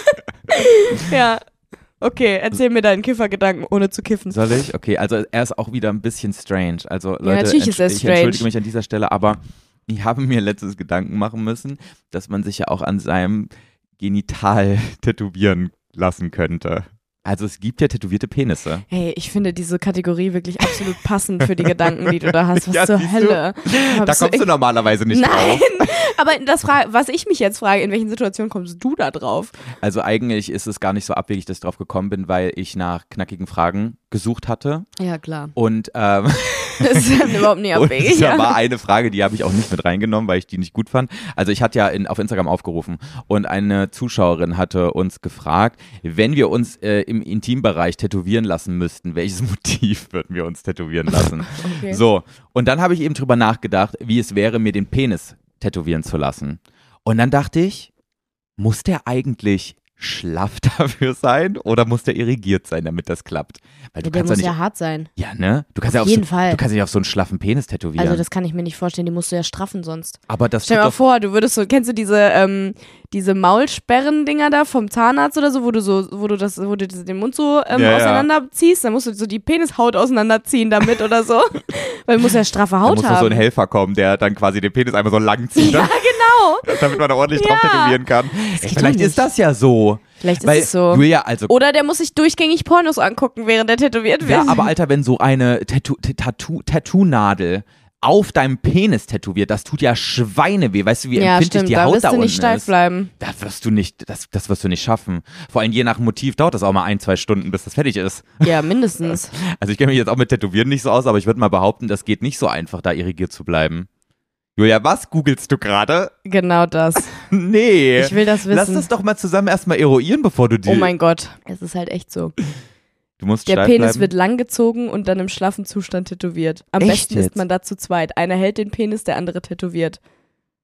Ja. Okay, erzähl mir deinen Kiffergedanken, ohne zu kiffen. Soll ich? Okay, also er ist auch wieder ein bisschen strange. Also Leute, natürlich ist er entsch- ich strange. entschuldige mich an dieser Stelle, aber ich habe mir letztes Gedanken machen müssen, dass man sich ja auch an seinem Genital tätowieren lassen könnte. Also es gibt ja tätowierte Penisse. Hey, ich finde diese Kategorie wirklich absolut passend für die Gedanken, die du da hast. Was Ja, zur siehst du? Hölle? Da kommst du normalerweise nicht Nein, drauf. aber das Fra- was ich mich jetzt frage, in welchen Situationen kommst du da drauf? Also eigentlich ist es gar nicht so abwegig, dass ich drauf gekommen bin, weil ich nach knackigen Fragen gesucht hatte. Ja, klar. Und, ähm, Das ist dann überhaupt nicht abwegig. und da Ja. war eine Frage, die habe ich auch nicht mit reingenommen, weil ich die nicht gut fand. Also ich hatte ja in, auf Instagram aufgerufen und eine Zuschauerin hatte uns gefragt, wenn wir uns äh, im Intimbereich tätowieren lassen müssten, welches Motiv würden wir uns tätowieren lassen? Okay. So, und dann habe ich eben drüber nachgedacht, wie es wäre, mir den Penis tätowieren zu lassen. Und dann dachte ich, muss der eigentlich schlaff dafür sein oder muss der irrigiert sein, damit das klappt? Weil du Der kannst muss ja nicht, ja hart sein. ja, ne? Du kannst Auf ja auf jeden so, Fall. Du kannst ja nicht auf so einen schlaffen Penis tätowieren. Also das kann ich mir nicht vorstellen, die musst du ja straffen sonst. aber das Stell dir tut mal doch, vor, du würdest so, kennst du diese, ähm, diese Maulsperren-Dinger da vom Zahnarzt oder so, wo du so, wo du das, wo du das- den Mund so ähm, Ja, ja. auseinanderziehst, dann musst du so die Penishaut auseinanderziehen damit oder so. Weil du musst ja straffe da Haut muss noch haben. so ein Helfer kommen, der dann quasi den Penis einfach so lang zieht, ja, ne? genau. damit man da ordentlich drauf Ja. tätowieren kann. Ey, geht vielleicht doch ist das ja so. Vielleicht ist Weil, es so. Julia, also Oder der muss sich durchgängig Pornos angucken, während er tätowiert wird. ja, aber Alter, wenn so eine Tattoo- Tattoo- Tattoo-Nadel auf deinem Penis tätowiert, das tut ja Schweineweh. Weißt du, wie ja, empfindlich stimmt, die da Haut wirst da du unten nicht steif ist? bleiben. Da wirst du nicht, das, das wirst du nicht schaffen. Vor allem je nach Motiv dauert das auch mal ein, zwei Stunden, bis das fertig ist. Ja, mindestens. Also ich kenne mich jetzt auch mit Tätowieren nicht so aus, aber ich würde mal behaupten, das geht nicht so einfach, da irrigiert zu bleiben. Julia, was googelst du gerade? Genau das. Nee. Ich will das wissen. Lass das doch mal zusammen erstmal eruieren, bevor du die... Oh mein Gott, es ist halt echt so. Du musst Der steif Penis bleiben. wird langgezogen und dann im schlaffen Zustand tätowiert. Am Echt besten jetzt? ist man da zu zweit. Einer hält den Penis, der andere tätowiert.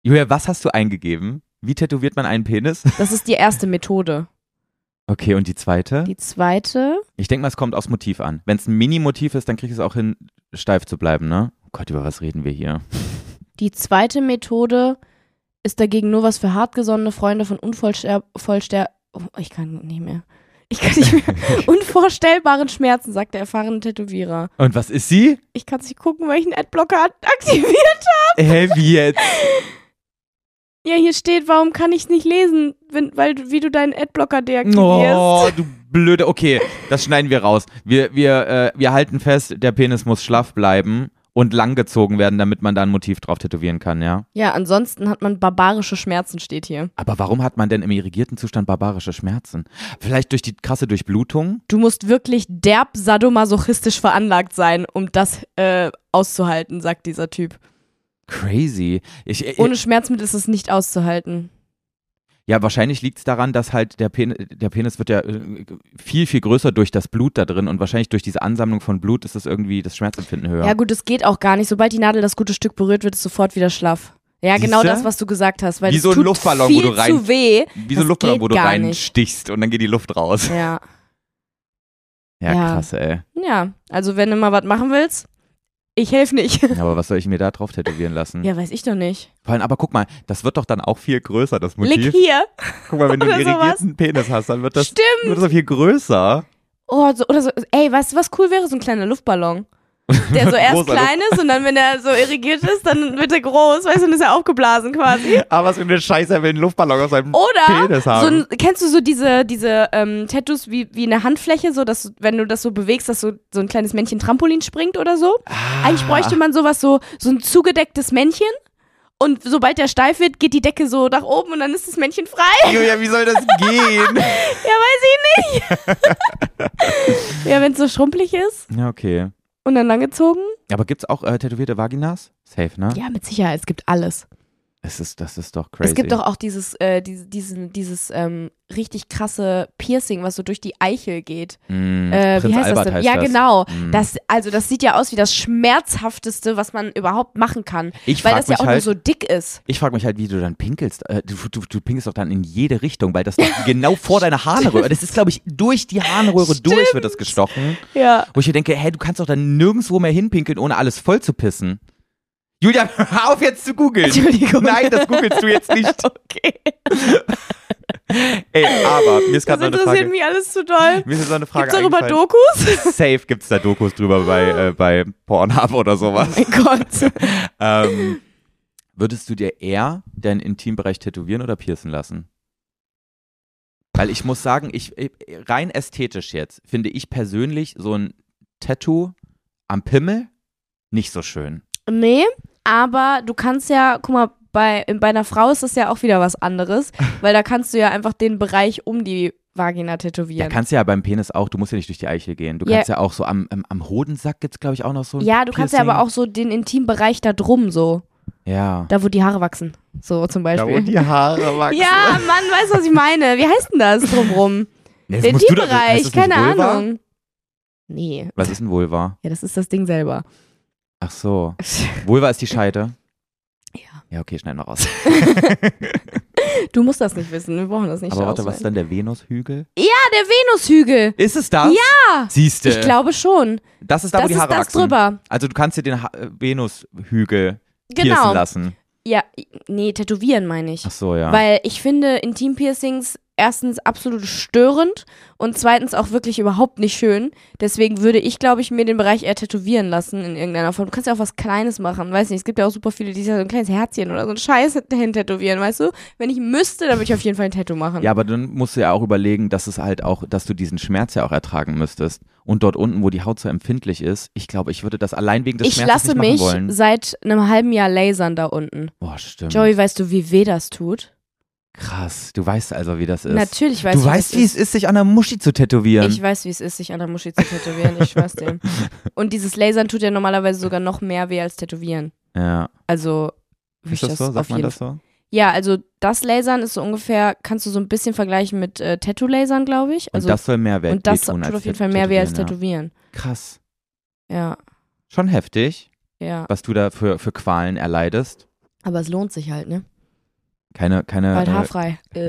Julia, was hast du eingegeben? Wie tätowiert man einen Penis? Das ist die erste Methode. Okay, und die zweite? Die zweite? Ich denke mal, es kommt aufs Motiv an. Wenn es ein Mini-Motiv ist, dann krieg ich es auch hin, steif zu bleiben, ne? Oh Gott, über was reden wir hier? Die zweite Methode ist dagegen nur was für hartgesonnene Freunde von unvollster... Vollster oh, ich kann nicht mehr. Ich kann nicht mehr. Unvorstellbaren Schmerzen, sagt der erfahrene Tätowierer. Und was ist sie? Ich kann nicht gucken, welchen Adblocker aktiviert habe. Hä, wie jetzt? Ja, hier steht, warum kann ich es nicht lesen, wenn, weil du- wie du deinen Adblocker deaktivierst. Oh, du blöde. Okay, das schneiden wir raus. Wir, wir, äh, wir halten fest, der Penis muss schlaff bleiben und langgezogen werden, damit man da ein Motiv drauf tätowieren kann, ja? Ja, ansonsten hat man barbarische Schmerzen, steht hier. Aber warum hat man denn im irrigierten Zustand barbarische Schmerzen? Vielleicht durch die krasse Durchblutung? Du musst wirklich derb sadomasochistisch veranlagt sein, um das äh, auszuhalten, sagt dieser Typ. Crazy. Ich, ich, Ohne Schmerzmittel ist es nicht auszuhalten. Ja, wahrscheinlich liegt es daran, dass halt der Penis, der Penis wird ja äh, viel, viel größer durch das Blut da drin und wahrscheinlich durch diese Ansammlung von Blut ist das irgendwie das Schmerzempfinden höher. Ja gut, es geht auch gar nicht. Sobald die Nadel das gute Stück berührt, wird es sofort wieder schlaff. Ja, genau Siehste? das, was du gesagt hast. Weil Wie es so ein tut Luftballon, viel wo du rein- zu weh. Wie so ein das Luftballon, geht wo du gar reinstichst und dann geht die Luft raus. Ja. Ja, Ja. krass, ey. Ja, also wenn du mal was machen willst, ich helfe nicht. Aber was soll ich mir da drauf tätowieren lassen? Ja, weiß ich doch nicht. Vor allem, aber guck mal, das wird doch dann auch viel größer, das Motiv. Lick hier. Guck mal, wenn du einen Oder sowas. irrigierten Penis hast, dann wird das, Stimmt. wird das doch viel größer. Oh, so, oder so. Ey, weißt du, was cool wäre? So ein kleiner Luftballon. Der so erst Großer klein ist und dann, wenn er so irrigiert ist, dann wird er groß. Weißt du, dann ist er aufgeblasen quasi. Aber was für eine Scheiße, er will einen Luftballon aus seinem Oder Penis so haben. ein, kennst du so diese, diese ähm, Tattoos wie, wie eine Handfläche, so dass wenn du das so bewegst, dass so, so ein kleines Männchen Trampolin springt oder so? Ah. Eigentlich bräuchte man sowas, so, so ein zugedecktes Männchen. Und sobald der steif wird, geht die Decke so nach oben und dann ist das Männchen frei. Julia, wie soll das gehen? Ja, weiß ich nicht. Ja, wenn es so schrumpelig ist Ja, okay. und dann langgezogen. Aber gibt's auch äh, tätowierte Vaginas? Safe, ne? Ja, mit Sicherheit. Es gibt alles. Es ist, das ist doch crazy. Es gibt doch auch dieses, äh, diese, diesen, dieses ähm, richtig krasse Piercing, was so durch die Eichel geht. Mm, Äh, Prinz wie heißt Albert das denn? heißt Ja, das. genau. Mm. Das, also das sieht ja aus wie das Schmerzhafteste, was man überhaupt machen kann. Ich weil frag das ja mich auch halt, nur so dick ist. Ich frage mich halt, wie du dann pinkelst. Äh, du, du, du pinkelst doch dann in jede Richtung, weil das doch genau vor deiner Harnröhre, das ist, glaube ich, durch die Harnröhre durch wird das gestochen. Ja. Wo ich mir denke, hey, du kannst doch dann nirgendwo mehr hinpinkeln, ohne alles voll zu pissen. Julia, hör auf jetzt zu googeln. Entschuldigung. Nein, das googelst du jetzt nicht. Okay. Ey, aber mir ist Das gerade noch eine interessiert Frage. mich alles zu doll. Mir ist jetzt noch eine Frage Gibt's darüber eingefallen. Dokus? Safe gibt's da Dokus drüber bei, äh, bei Pornhub oder sowas. Oh mein Gott. ähm, würdest du dir eher deinen Intimbereich tätowieren oder piercen lassen? Weil ich muss sagen, ich, ich rein ästhetisch jetzt finde ich persönlich so ein Tattoo am Pimmel nicht so schön. Nee, aber du kannst ja, guck mal, bei, bei einer Frau ist das ja auch wieder was anderes, weil da kannst du ja einfach den Bereich um die Vagina Ja, tätowieren. kannst du ja beim Penis auch, du musst ja nicht durch die Eichel gehen. Du Ja. kannst ja auch so am, am, am Hodensack gibt's glaube ich auch noch so ein Ja, du kannst ja Piercing. aber auch so den Intimbereich da drum so, Ja. da wo die Haare wachsen, so zum Beispiel. die Haare wachsen. Ja, Mann, weißt du, was ich meine? Wie heißt denn das drumrum? Nee, das Der musst du doch- heißt Intimbereich, das nicht keine Vulva? Ahnung. Nee. Was ist ein Vulva? Ja, das ist das Ding selber. Ach so. Vulva ist die Scheide. Ja. Ja, okay, schneiden wir raus. Du musst das nicht wissen, wir brauchen das nicht Aber warte, auswählen. was ist dann der Venushügel? Ja, der Venushügel. Ist es das? Ja. Siehste. Ich glaube schon. Das ist da, wo Das die ist Haare das wachsen. drüber. Also du kannst dir den ha äh, Venushügel piercen Genau. lassen. Ja, nee, tätowieren meine ich. Ach so, ja. Weil ich finde Intimpiercings erstens absolut störend und zweitens auch wirklich überhaupt nicht schön. Deswegen würde ich, glaube ich, mir den Bereich eher tätowieren lassen in irgendeiner Form. Du kannst ja auch was Kleines machen, weiß nicht. Es gibt ja auch super viele, die sich so ein kleines Herzchen oder so ein Scheiß dahin tätowieren, weißt du? Wenn ich müsste, dann würde ich auf jeden Fall ein Tattoo machen. Ja, aber dann musst du ja auch überlegen, dass es halt auch, dass du diesen Schmerz ja auch ertragen müsstest. Und dort unten, wo die Haut so empfindlich ist, ich glaube, ich würde das allein wegen des ich Schmerzes lasse nicht machen mich wollen. seit einem halben Jahr lasern da unten. Boah, stimmt. Joey, weißt du, wie weh das tut? Krass, du weißt also, wie das ist. Natürlich weiß du ich, weißt, das wie ist. es ist, sich an der Muschi zu tätowieren. Ich weiß, wie es ist, sich an der Muschi zu tätowieren. Ich schwör's dir. Und dieses Lasern tut ja normalerweise sogar noch mehr weh als Tätowieren. ja. Also, würde Ist ich das das so? Sagt auf man jeden das so? Ja, also das Lasern ist so ungefähr, kannst du so ein bisschen vergleichen mit äh, Tattoo-Lasern, glaube ich. Also, und das soll mehr weh und das wehtun tut als auf jeden Fall mehr weh als Tätowieren, Tätowieren. ja. Krass. Ja, Schon heftig, ja. was du da für, für Qualen erleidest. Aber es lohnt sich halt, ne? Keine, keine. Bald äh, haarfrei. Äh.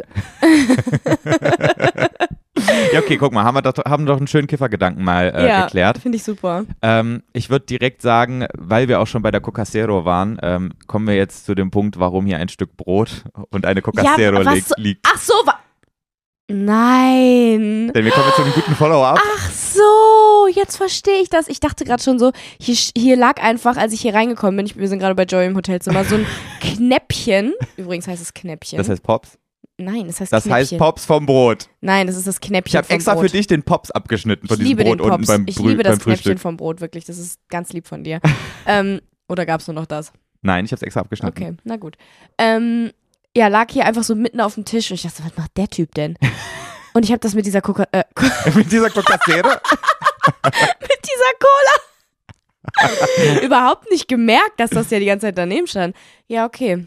Ja, okay, guck mal, haben wir doch, haben doch einen schönen Kiffergedanken mal äh, ja, geklärt. finde ich super. Ähm, ich würde direkt sagen, weil wir auch schon bei der Cocacero waren, ähm, kommen wir jetzt zu dem Punkt, warum hier ein Stück Brot und eine Cocacero ja, liegt. so, liegt. Ach so, wa- Nein. Denn wir kommen jetzt zu einem guten Follow-up. Ach so, jetzt verstehe ich das. Ich dachte gerade schon so, hier, hier lag einfach, als ich hier reingekommen bin, ich, wir sind gerade bei Joey im Hotelzimmer, so ein Knäppchen. Übrigens heißt es Knäppchen. Das heißt Pops? Nein, es heißt Das Knäppchen. heißt Pops vom Brot. Nein, das ist das Knäppchen Ich habe vom extra Brot. für dich den Pops abgeschnitten von ich diesem liebe Brot den Pops. unten beim, Ich Brü- liebe das beim Frühstück. Knäppchen vom Brot, wirklich. Das ist ganz lieb von dir. ähm, oder gab es nur noch das? Nein, ich habe es extra abgeschnitten. Okay, na gut. Ähm, ja, lag hier einfach so mitten auf dem Tisch und ich dachte, was macht der Typ denn? Und ich habe das mit dieser Coca äh, Mit dieser Cocacero? mit dieser Cola überhaupt nicht gemerkt, dass das ja die ganze Zeit daneben stand. Ja, okay.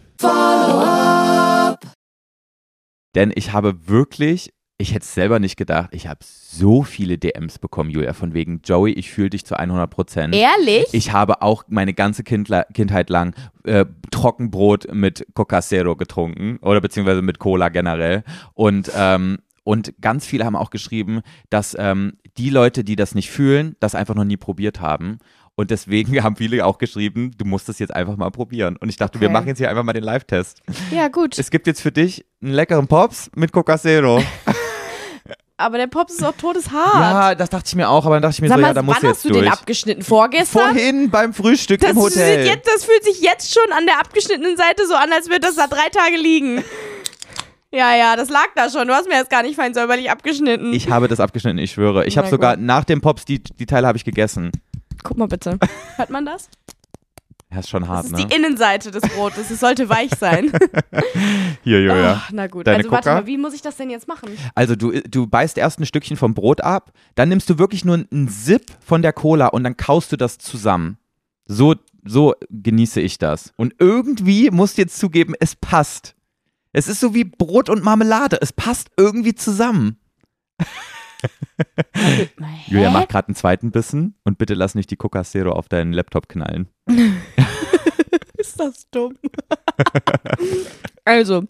Denn ich habe wirklich, ich hätte es selber nicht gedacht, ich habe so viele D Ms bekommen, Julia, von wegen Joey, ich fühle dich zu hundert Prozent. Ehrlich? Ich habe auch meine ganze Kindla- Kindheit lang äh, Trockenbrot mit Cocacero getrunken oder beziehungsweise mit Cola generell und ähm, Und ganz viele haben auch geschrieben, dass ähm, die Leute, die das nicht fühlen, das einfach noch nie probiert haben. Und deswegen haben viele auch geschrieben, du musst das jetzt einfach mal probieren. Und ich dachte, Okay. wir machen jetzt hier einfach mal den Live-Test. Ja, gut. Es gibt jetzt für dich einen leckeren Pops mit Cocacero. Aber der Pops ist auch todeshart. Ja, das dachte ich mir auch, aber dann dachte ich mir Sag so, mal, ja, da muss wann jetzt hast du durch. den abgeschnitten? Vorgestern? Vorhin beim Frühstück das, im Hotel. sieht Jetzt, das fühlt sich jetzt schon an der abgeschnittenen Seite so an, als würde das da drei Tage liegen. Ja, ja, das lag da schon. Du hast mir jetzt gar nicht fein säuberlich abgeschnitten. Ich habe das abgeschnitten, ich schwöre. Ich Na habe sogar gut. nach dem Pops, die, die Teile habe ich gegessen. Guck mal bitte. Hört man das? Ja, ist schon hart, Das ist ne? die Innenseite des Brotes. Es sollte weich sein. Hier, Julia. Ach, na gut. Deine also warte Coca? mal, wie muss ich das denn jetzt machen? Also du, du beißt erst ein Stückchen vom Brot ab, dann nimmst du wirklich nur einen Sip von der Cola und dann kaust du das zusammen. So, so genieße ich das. Und irgendwie musst du jetzt zugeben, es passt. Es ist so wie Brot und Marmelade. Es passt irgendwie zusammen. Julia Hä? macht gerade einen zweiten Bissen und bitte lass nicht die Cocacero auf deinen Laptop knallen. Ist das dumm? Also,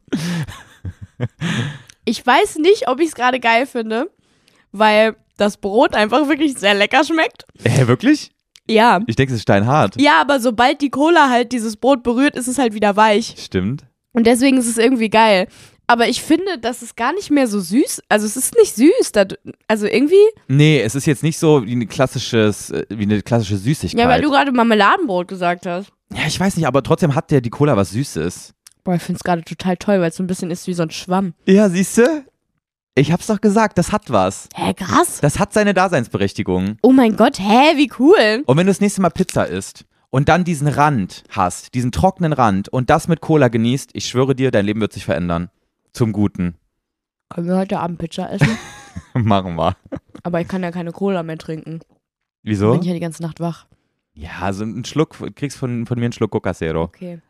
ich weiß nicht, ob ich es gerade geil finde, weil das Brot einfach wirklich sehr lecker schmeckt. Hä, wirklich? Ja. Ich denke, es ist steinhart. Ja, aber sobald die Cola halt dieses Brot berührt, ist es halt wieder weich. Stimmt. Und deswegen ist es irgendwie geil. Aber ich finde, das ist gar nicht mehr so süß. Also es ist nicht süß. Da- Also irgendwie. Nee, es ist jetzt nicht so wie eine, klassisches, äh, wie eine klassische Süßigkeit. Ja, weil du gerade Marmeladenbrot gesagt hast. Ja, ich weiß nicht, aber trotzdem hat der die Cola was Süßes. Boah, ich finde es gerade total toll, weil es so ein bisschen ist wie so ein Schwamm. Ja, siehst du? Ich hab's doch gesagt, das hat was. Hä, krass. Das hat seine Daseinsberechtigung. Oh mein Gott, hä, wie cool. Und wenn du das nächste Mal Pizza isst und dann diesen Rand hast, diesen trockenen Rand und das mit Cola genießt, ich schwöre dir, dein Leben wird sich verändern. Zum Guten. Können wir heute Abend Pizza essen? Machen wir. Aber ich kann ja keine Cola mehr trinken. Wieso? Bin ich ja die ganze Nacht wach. Ja, so einen Schluck, kriegst von, von mir einen Schluck Cocacero. Okay.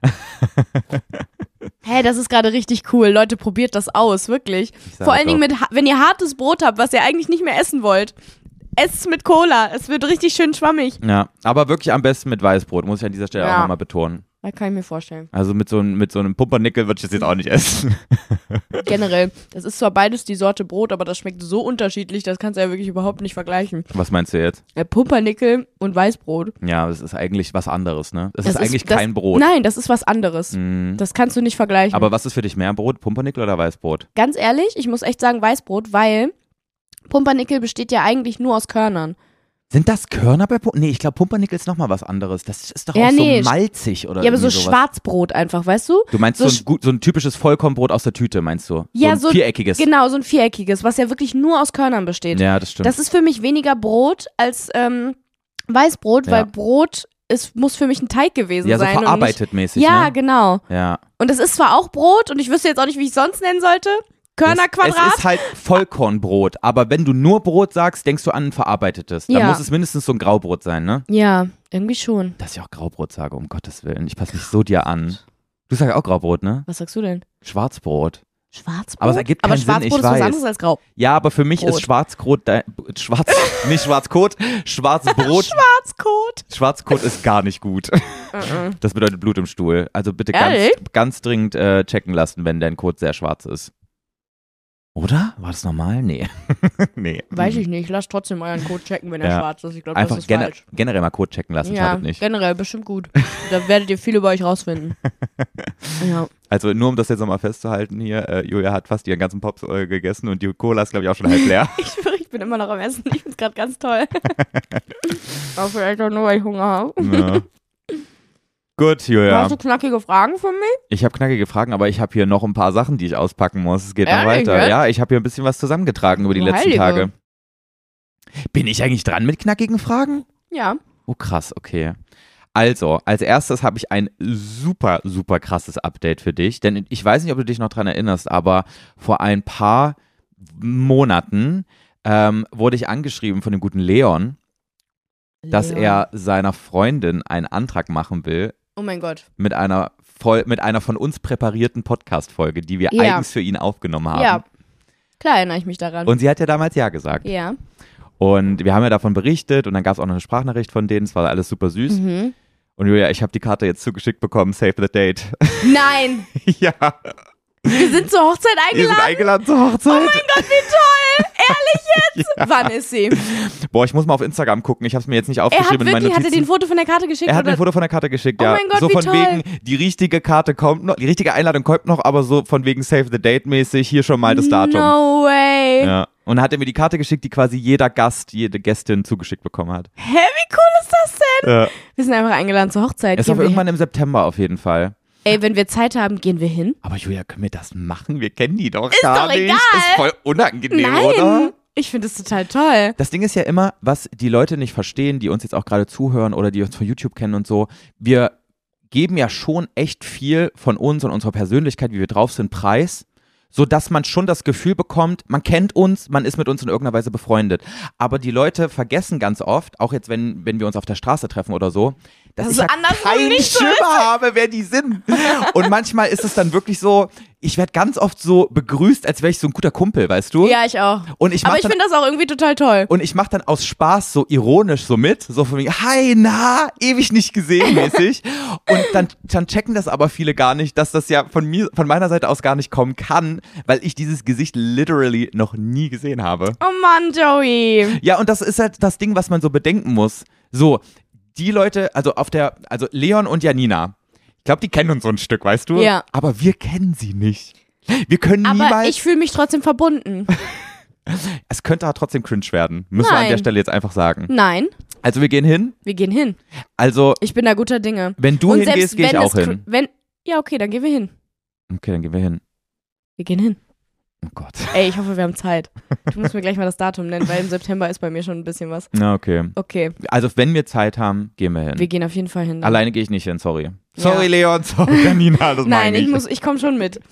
Hä, das ist gerade richtig cool. Leute, probiert das aus, wirklich. Ich sag Vor allen doch. Dingen, mit, ha- wenn ihr hartes Brot habt, was ihr eigentlich nicht mehr essen wollt. Esst es mit Cola. Es wird richtig schön schwammig. Ja, aber wirklich am besten mit Weißbrot, muss ich an dieser Stelle Ja. auch nochmal betonen. Das kann ich mir vorstellen. Also mit so, einem- mit so einem Pumpernickel würde ich das jetzt auch nicht essen. Generell, das ist zwar beides die Sorte Brot, aber das schmeckt so unterschiedlich, das kannst du ja wirklich überhaupt nicht vergleichen. Was meinst du jetzt? Äh, Pumpernickel und Weißbrot. Ja, das ist eigentlich was anderes, ne? Das, Das ist eigentlich das, kein Brot. Nein, das ist was anderes. Mhm. Das kannst du nicht vergleichen. Aber was ist für dich mehr Brot? Pumpernickel oder Weißbrot? Ganz ehrlich, ich muss echt sagen Weißbrot, weil Pumpernickel besteht ja eigentlich nur aus Körnern. Sind das Körner bei Pumpernickel? Nee, ich glaube, Pumpernickel ist nochmal was anderes. Das ist doch Ja, auch nee. so malzig oder Ja, aber so irgendwie sowas. Schwarzbrot einfach, weißt du? Du meinst so so, ein, gut, so ein typisches Vollkornbrot aus der Tüte, meinst du? Ja, so so- ein viereckiges. Genau, so ein viereckiges, was ja wirklich nur aus Körnern besteht. Ja, das stimmt. Das ist für mich weniger Brot als ähm, Weißbrot, Ja. weil Brot ist, muss für mich ein Teig gewesen ja, so sein. und verarbeitet mäßig, nicht, Ja, ne? genau. Ja. Und es ist zwar auch Brot und ich wüsste jetzt auch nicht, wie ich es sonst nennen sollte. Es, Körnerquadrat. es ist halt Vollkornbrot, aber wenn du nur Brot sagst, denkst du an ein verarbeitetes. Dann Ja. muss es mindestens so ein Graubrot sein, ne? Ja, irgendwie schon. Dass ich auch Graubrot sage, um Gottes Willen. Ich passe mich so dir an. Du sagst auch Graubrot, ne? Was sagst du denn? Schwarzbrot. Schwarzbrot? Aber es ergibt keinen aber Sinn, Schwarzbrot ich ist was weiß. anderes als Grau. Ja, aber für mich Brot. ist Schwarzbrot, de- Schwarz, nicht Schwarzkot, Schwarzbrot. Schwarzkot. Schwarzkot ist gar nicht gut. Uh-uh. Das bedeutet Blut im Stuhl. Also bitte Ehrlich? ganz, ganz dringend äh, checken lassen, wenn dein Kot sehr schwarz ist. Oder? War das normal? Nee. nee. Weiß ich nicht. Lasst trotzdem euren Code checken, wenn er Ja. schwarz ist. Ich glaube, Einfach das ist gener- falsch. generell mal Kot checken lassen, Ja, schadet nicht. generell bestimmt gut. Da werdet ihr viel über euch rausfinden. Ja. Also nur um das jetzt nochmal festzuhalten hier, äh, Julia hat fast ihren ganzen Pops äh, gegessen und die Cola ist glaube ich auch schon halb leer. Ich schwöre, ich bin immer noch am Essen. Ich find's gerade ganz toll. Aber vielleicht auch nur, weil ich Hunger habe. Ja. Gut, Julia. Hast du knackige Fragen für mich? Ich habe knackige Fragen, aber ich habe hier noch ein paar Sachen, die ich auspacken muss. Es geht noch Ehrlich, weiter. jetzt? Ja, ich habe hier ein bisschen was zusammengetragen über die Du letzten Heilige. Tage. Bin ich eigentlich dran mit knackigen Fragen? Ja. Oh krass, okay. Also, als erstes habe ich ein super, super krasses Update für dich. Denn ich weiß nicht, ob du dich noch dran erinnerst, aber vor ein paar Monaten ähm, wurde ich angeschrieben von dem guten Leon, dass Leon. er seiner Freundin einen Antrag machen will Oh mein Gott. mit einer, voll, mit einer von uns präparierten Podcast-Folge, die wir Ja. eigens für ihn aufgenommen haben. Ja. Klar erinnere ich mich daran. Und sie hat ja damals Ja gesagt. ja. Und wir haben ja davon berichtet und dann gab es auch noch eine Sprachnachricht von denen. Es war alles super süß. Mhm. Und Julia, ich habe die Karte jetzt zugeschickt bekommen, Save the Date. Nein. ja, Wir sind zur Hochzeit wir sind eingeladen. eingeladen zur Hochzeit. Oh mein Gott, wie toll. Ehrlich jetzt? Wann ist sie? Boah, ich muss mal auf Instagram gucken. Ich habe es mir jetzt nicht Er hat aufgeschrieben in meinen wirklich, hat er Notizen. den Foto von der Karte geschickt? Er hat mir oder? ein Foto von der Karte geschickt, Oh ja. mein Gott, so wie von toll. wegen, die richtige Karte kommt noch, die richtige Einladung kommt noch, aber so von wegen Save the Date mäßig, hier schon mal das Datum. No way. Ja. Und dann hat er mir die Karte geschickt, die quasi jeder Gast, jede Gästin zugeschickt bekommen hat. Hä, wie cool ist das denn? Ja. Wir sind einfach eingeladen zur Hochzeit. Ist Gehen aber wir irgendwann im September auf jeden Fall. hin? Ey, wenn wir Zeit haben, gehen wir hin? Aber Julia, können wir das machen? Wir kennen die doch Ist gar doch nicht. egal. Ist voll unangenehm, Nein. oder? Ich finde es total toll. Das Ding ist ja immer, was die Leute nicht verstehen, die uns jetzt auch gerade zuhören oder die uns von YouTube kennen und so, wir geben ja schon echt viel von uns und unserer Persönlichkeit, wie wir drauf sind, preis, sodass man schon das Gefühl bekommt, man kennt uns, man ist mit uns in irgendeiner Weise befreundet. Aber die Leute vergessen ganz oft, auch jetzt, wenn, wenn wir uns auf der Straße treffen oder so, dass Dass ich es ja andersrum keinen nicht so Schimmer habe, wer die sind. Und manchmal ist es dann wirklich so, ich werde ganz oft so begrüßt, als wäre ich so ein guter Kumpel, weißt du? Ja, ich auch. Und ich mach Aber ich dann finde das auch irgendwie total toll. Und ich mache dann aus Spaß so ironisch so mit, so von wegen, hi, na, ewig nicht gesehen mäßig. Und dann, dann checken das aber viele gar nicht, dass das ja von mir, von meiner Seite aus gar nicht kommen kann, weil ich dieses Gesicht literally noch nie gesehen habe. Oh Mann, Joey. Ja, und das ist halt das Ding, was man so bedenken muss. So, die Leute, also auf der, also Leon und Janina, ich glaube, die kennen uns so ein Stück, weißt du? Ja. Aber wir kennen sie nicht. Wir können Aber niemals. ich fühle mich trotzdem verbunden. Es könnte aber trotzdem cringe werden. Müssen wir an Nein. der Stelle jetzt einfach sagen. Nein, Also wir gehen hin. wir gehen hin. Also, Ich bin da guter Dinge. wenn du Und hingehst, selbst gehe ich wenn auch es cr- hin. Wenn, ja, okay, dann gehen wir hin. Okay, dann gehen wir hin. Wir gehen hin. Oh Gott. Ey, ich hoffe, wir haben Zeit. Du musst mir gleich mal das Datum nennen, weil im September ist bei mir schon ein bisschen was. Na, okay. Okay, Also, wenn wir Zeit haben, gehen wir hin. wir gehen auf jeden Fall hin. Alleine gehe ich nicht hin, sorry. Ja. Sorry, Leon, sorry, Janina, das Nein, meine ich muss, ich komme schon mit.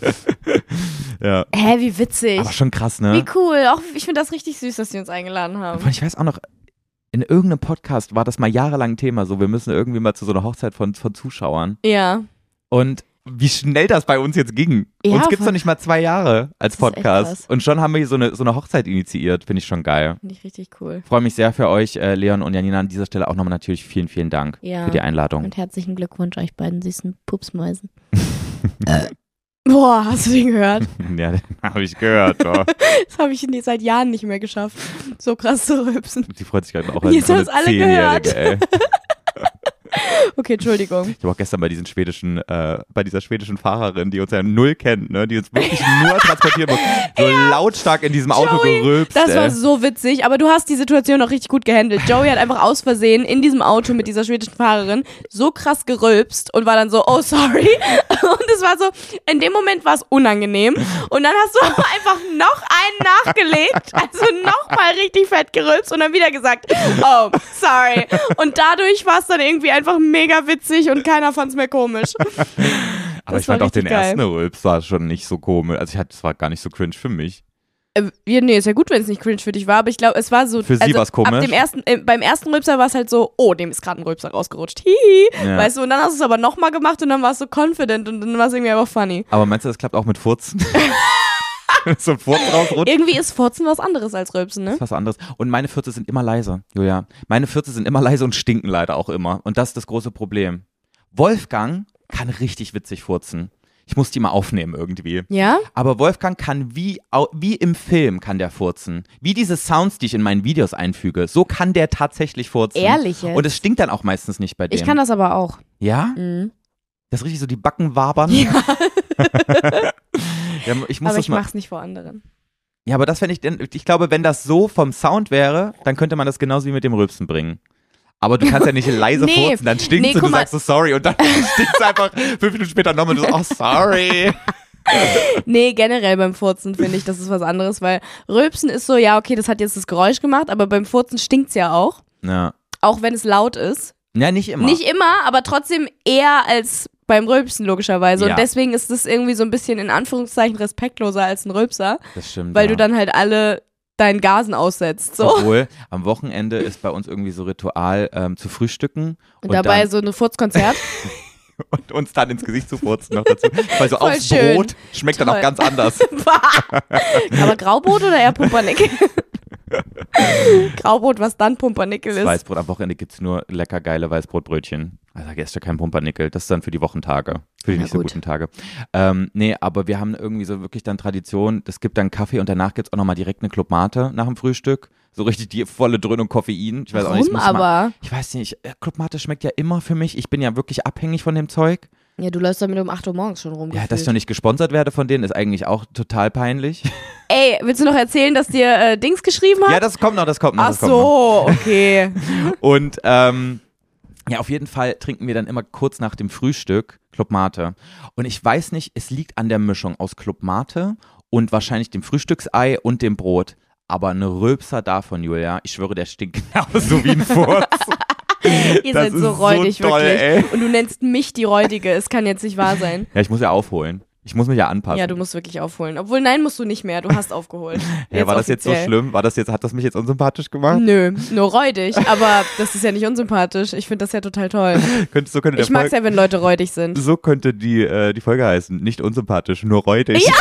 Ja. Hä, wie witzig. Aber schon krass, ne? Wie cool. Auch ich finde das richtig süß, dass die uns eingeladen haben. Und ich weiß auch noch, in irgendeinem Podcast war das mal jahrelang ein Thema, so wir müssen irgendwie mal zu so einer Hochzeit von, von Zuschauern. Ja. Und wie schnell das bei uns jetzt ging. Ja, uns gibt's voll. noch nicht mal zwei Jahre als Das ist echt Podcast. krass. Und schon haben wir hier so eine, so eine Hochzeit initiiert. Finde ich schon geil. Finde ich richtig cool. Freue mich sehr für euch, äh, Leon und Janina. An dieser Stelle auch nochmal natürlich vielen, vielen Dank Ja. für die Einladung. Und herzlichen Glückwunsch euch beiden süßen Pupsmäusen. äh. Boah, hast du den gehört? Ja, den habe ich gehört. Oh. Das habe ich nie- seit Jahren nicht mehr geschafft. So krass zu rülpsen. Die freut sich gerade auch als Jetzt so eine haben's alle Zehnjährige, ey. Okay, Entschuldigung. Ich habe auch gestern bei diesen schwedischen, äh, bei dieser schwedischen Fahrerin, die uns ja null kennt, ne, die uns wirklich nur transportieren muss, so lautstark in diesem Auto Joey, gerülpst. Das ey. war so witzig, aber du hast die Situation auch richtig gut gehandelt. Joey hat einfach aus Versehen in diesem Auto mit dieser schwedischen Fahrerin so krass gerülpst und war dann so, oh sorry. Und es war so, in dem Moment war es unangenehm. Und dann hast du aber einfach noch einen nachgelegt, also nochmal richtig fett gerülpst und dann wieder gesagt, oh, sorry. Und dadurch war es dann irgendwie einfach mega witzig und keiner fand es mehr komisch. Aber das ich fand war auch den richtig geil. ersten Rülps war schon nicht so komisch. Also ich hatte, es war gar nicht so cringe für mich. Äh, ja, nee, ist ja gut, wenn es nicht cringe für dich war, aber ich glaube, es war so. Für sie also, war's komisch. Ab dem ersten, äh, beim ersten Rülpser war es halt so, oh, dem ist gerade ein Rülpser rausgerutscht. Hihi. Ja. Weißt du, und dann hast du es aber nochmal gemacht und dann warst du confident und dann war es irgendwie einfach funny. Aber meinst du, das klappt auch mit Furzen? so ein Furz rausrutscht. Irgendwie ist Furzen was anderes als Rülpsen, ne? Das ist was anderes. Und meine Fürze sind immer leise, Julia. Meine Fürze sind immer leise und stinken leider auch immer. Und das ist das große Problem. Wolfgang kann richtig witzig furzen. Ich muss die mal aufnehmen irgendwie. Ja? Aber Wolfgang kann wie, wie im Film kann der furzen. Wie diese Sounds, die ich in meinen Videos einfüge. So kann der tatsächlich furzen. Ehrlich jetzt? Und es stinkt dann auch meistens nicht bei dem. Ich kann das aber auch. Ja? Mhm. Das ist richtig so die Backen wabern. Ja. ja ich muss aber das ich mal, mach's nicht vor anderen. Ja, aber das fände ich, denn- ich glaube, wenn das so vom Sound wäre, dann könnte man das genauso wie mit dem Rülpsen bringen. Aber du kannst ja nicht leise Nee. furzen, dann stinkt Nee, und du guck mal. sagst so sorry und dann stinkt es einfach fünf Minuten später nochmal und du so, oh sorry. Nee, generell beim Furzen finde ich, das ist was anderes, weil Rülpsen ist so, ja, okay, das hat jetzt das Geräusch gemacht, aber beim Furzen stinkt's ja auch. Ja. Auch wenn es laut ist. Ja, nicht immer. Nicht immer, aber trotzdem eher als beim Rülpsen logischerweise. Ja. Und deswegen ist das irgendwie so ein bisschen in Anführungszeichen respektloser als ein Rülpser, Das stimmt. weil ja. du dann halt alle deinen Gasen aussetzt. So. Obwohl, am Wochenende ist bei uns irgendwie so Ritual ähm, zu frühstücken. Und dabei dann, so ein Furzkonzert. und uns dann ins Gesicht zu furzen noch dazu. Weil so Voll aufs schön. Brot schmeckt dann Toll. auch ganz anders. Aber Graubrot oder eher Pumpernickel? Graubrot, was dann Pumpernickel Das ist. Weißbrot am Wochenende gibt es nur lecker geile Weißbrotbrötchen. Also da ist ja kein Pumpernickel. Das ist dann für die Wochentage. Für die Na nicht so gut. guten Tage. Ähm, nee, aber wir haben irgendwie so wirklich dann Tradition. Es gibt dann Kaffee und danach gibt es auch nochmal direkt eine Club Mate nach dem Frühstück. So richtig die volle Dröhnung Koffein. Ich weiß auch nicht, Warum es muss mal, aber? ich weiß nicht, äh, Club Mate schmeckt ja immer für mich. Ich bin ja wirklich abhängig von dem Zeug. Ja, du läufst damit um acht Uhr morgens schon rum. Ja, dass ich noch nicht gesponsert werde von denen, ist eigentlich auch total peinlich. Ey, willst du noch erzählen, dass dir äh, Dings geschrieben hat? Ja, das kommt noch, das kommt noch. Ach das kommt noch. so, okay. Und ähm, ja, auf jeden Fall trinken wir dann immer kurz nach dem Frühstück Club Mate. Und ich weiß nicht, es liegt an der Mischung aus Club Mate und wahrscheinlich dem Frühstücksei und dem Brot. Aber eine Rülpser davon, Julia, ich schwöre, der stinkt genauso wie ein Furz. Ihr Das seid so ist so räudig, toll, wirklich. ey. Und du nennst mich die Räudige. Es kann jetzt nicht wahr sein. Ja, ich muss ja aufholen. Ich muss mich ja anpassen. Ja, du musst wirklich aufholen. Obwohl, nein, musst du nicht mehr. Du hast aufgeholt. Ja, war das jetzt so offiziell. schlimm? War das jetzt, hat das mich jetzt unsympathisch gemacht? Nö, nur räudig. Aber das ist ja nicht unsympathisch. Ich finde das ja total toll. Könnte, so könnte der Ich mag's Folge, ja, wenn Leute räudig sind. so könnte die, äh, die Folge heißen. Nicht unsympathisch, nur räudig. Ja.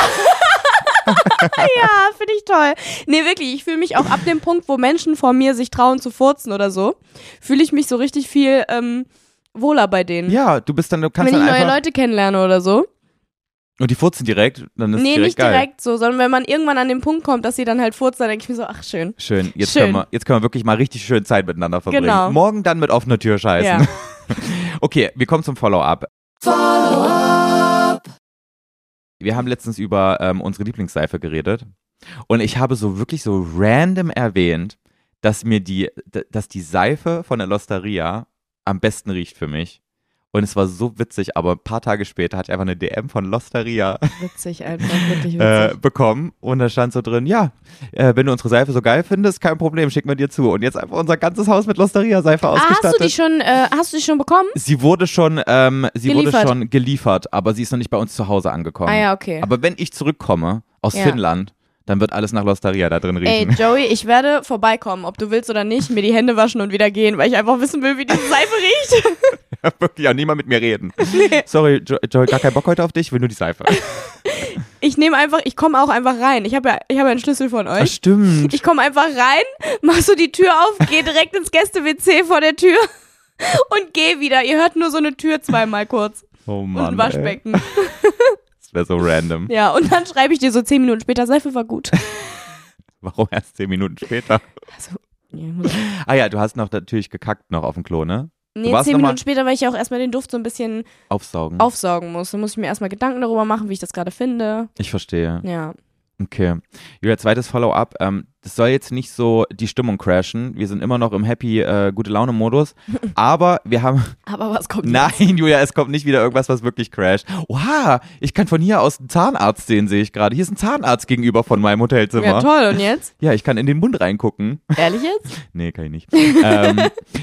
Ja, finde ich toll. Nee, wirklich, ich fühle mich auch ab dem Punkt, wo Menschen vor mir sich trauen zu furzen oder so, fühle ich mich so richtig viel ähm, wohler bei denen. Ja, du bist dann, du kannst Wenn ich dann neue einfach, Leute kennenlerne oder so. und die furzen direkt, dann ist es Nee, direkt nicht geil. direkt so, sondern wenn man irgendwann an den Punkt kommt, dass sie dann halt furzt, dann denke ich mir so, ach schön. Schön, jetzt, Schön. Können wir, jetzt können wir wirklich mal richtig schön Zeit miteinander verbringen. Genau. Morgen dann mit offener Tür scheißen. Ja. Okay, wir kommen zum Follow-up. Follow-up. Wir haben letztens über ähm, unsere Lieblingsseife geredet und ich habe so wirklich so random erwähnt, dass mir die, d- dass die Seife von der L'Osteria am besten riecht für mich. Und es war so witzig, aber ein paar Tage später hatte ich einfach eine D M von L'Osteria Witzig einfach, wirklich witzig. äh, bekommen und da stand so drin, ja, äh, wenn du unsere Seife so geil findest, kein Problem, schick mir dir zu. Und jetzt einfach unser ganzes Haus mit L'Osteria-Seife ah, ausgestattet. hast du die schon, äh, hast du die schon bekommen? Sie wurde schon, ähm, sie Geliefert. wurde schon geliefert, aber sie ist noch nicht bei uns zu Hause angekommen. Ah ja, okay. Aber wenn ich zurückkomme aus Ja. Finnland, dann wird alles nach L'Osteria da drin Ey, riechen. Joey, ich werde vorbeikommen, ob du willst oder nicht, mir die Hände waschen und wieder gehen, weil ich einfach wissen will, wie diese Seife riecht. Wirklich auch niemand mit mir reden. Sorry, jo Joey, gar keinen Bock heute auf dich, will nur die Seife. Ich nehme einfach, ich komme auch einfach rein. Ich habe ja, ich habe ja einen Schlüssel von Ah, euch. stimmt. Ich komme einfach rein, mach so die Tür auf, gehe direkt ins Gäste-W C vor der Tür und gehe wieder. Ihr hört nur so eine Tür zweimal kurz oh und Mann, ein Waschbecken. ey. Das wäre so random. Ja, und dann schreibe ich dir so zehn Minuten später, Seife war gut. Warum erst zehn Minuten später? Also, ja, muss- Ah ja, du hast noch natürlich gekackt noch auf dem Klo, ne? nee, warst zehn noch mal- Minuten später, weil ich ja auch erstmal den Duft so ein bisschen Aufsaugen. aufsaugen muss. Dann muss ich mir erstmal Gedanken darüber machen, wie ich das gerade finde. Ich verstehe. Ja. Okay. Julia, zweites Follow-up. Ähm, das soll jetzt nicht so die Stimmung crashen. Wir sind immer noch im Happy, äh, gute Laune-Modus. Aber wir haben. Aber was kommt jetzt? Nein, Julia, es kommt nicht wieder irgendwas, was wirklich crasht. Oha, ich kann von hier aus einen Zahnarzt sehen, sehe ich gerade. Hier ist ein Zahnarzt gegenüber von meinem Hotelzimmer. Ja, toll. Und jetzt? Ja, ich kann in den Mund reingucken. Ehrlich jetzt? Nee, kann ich nicht. ähm,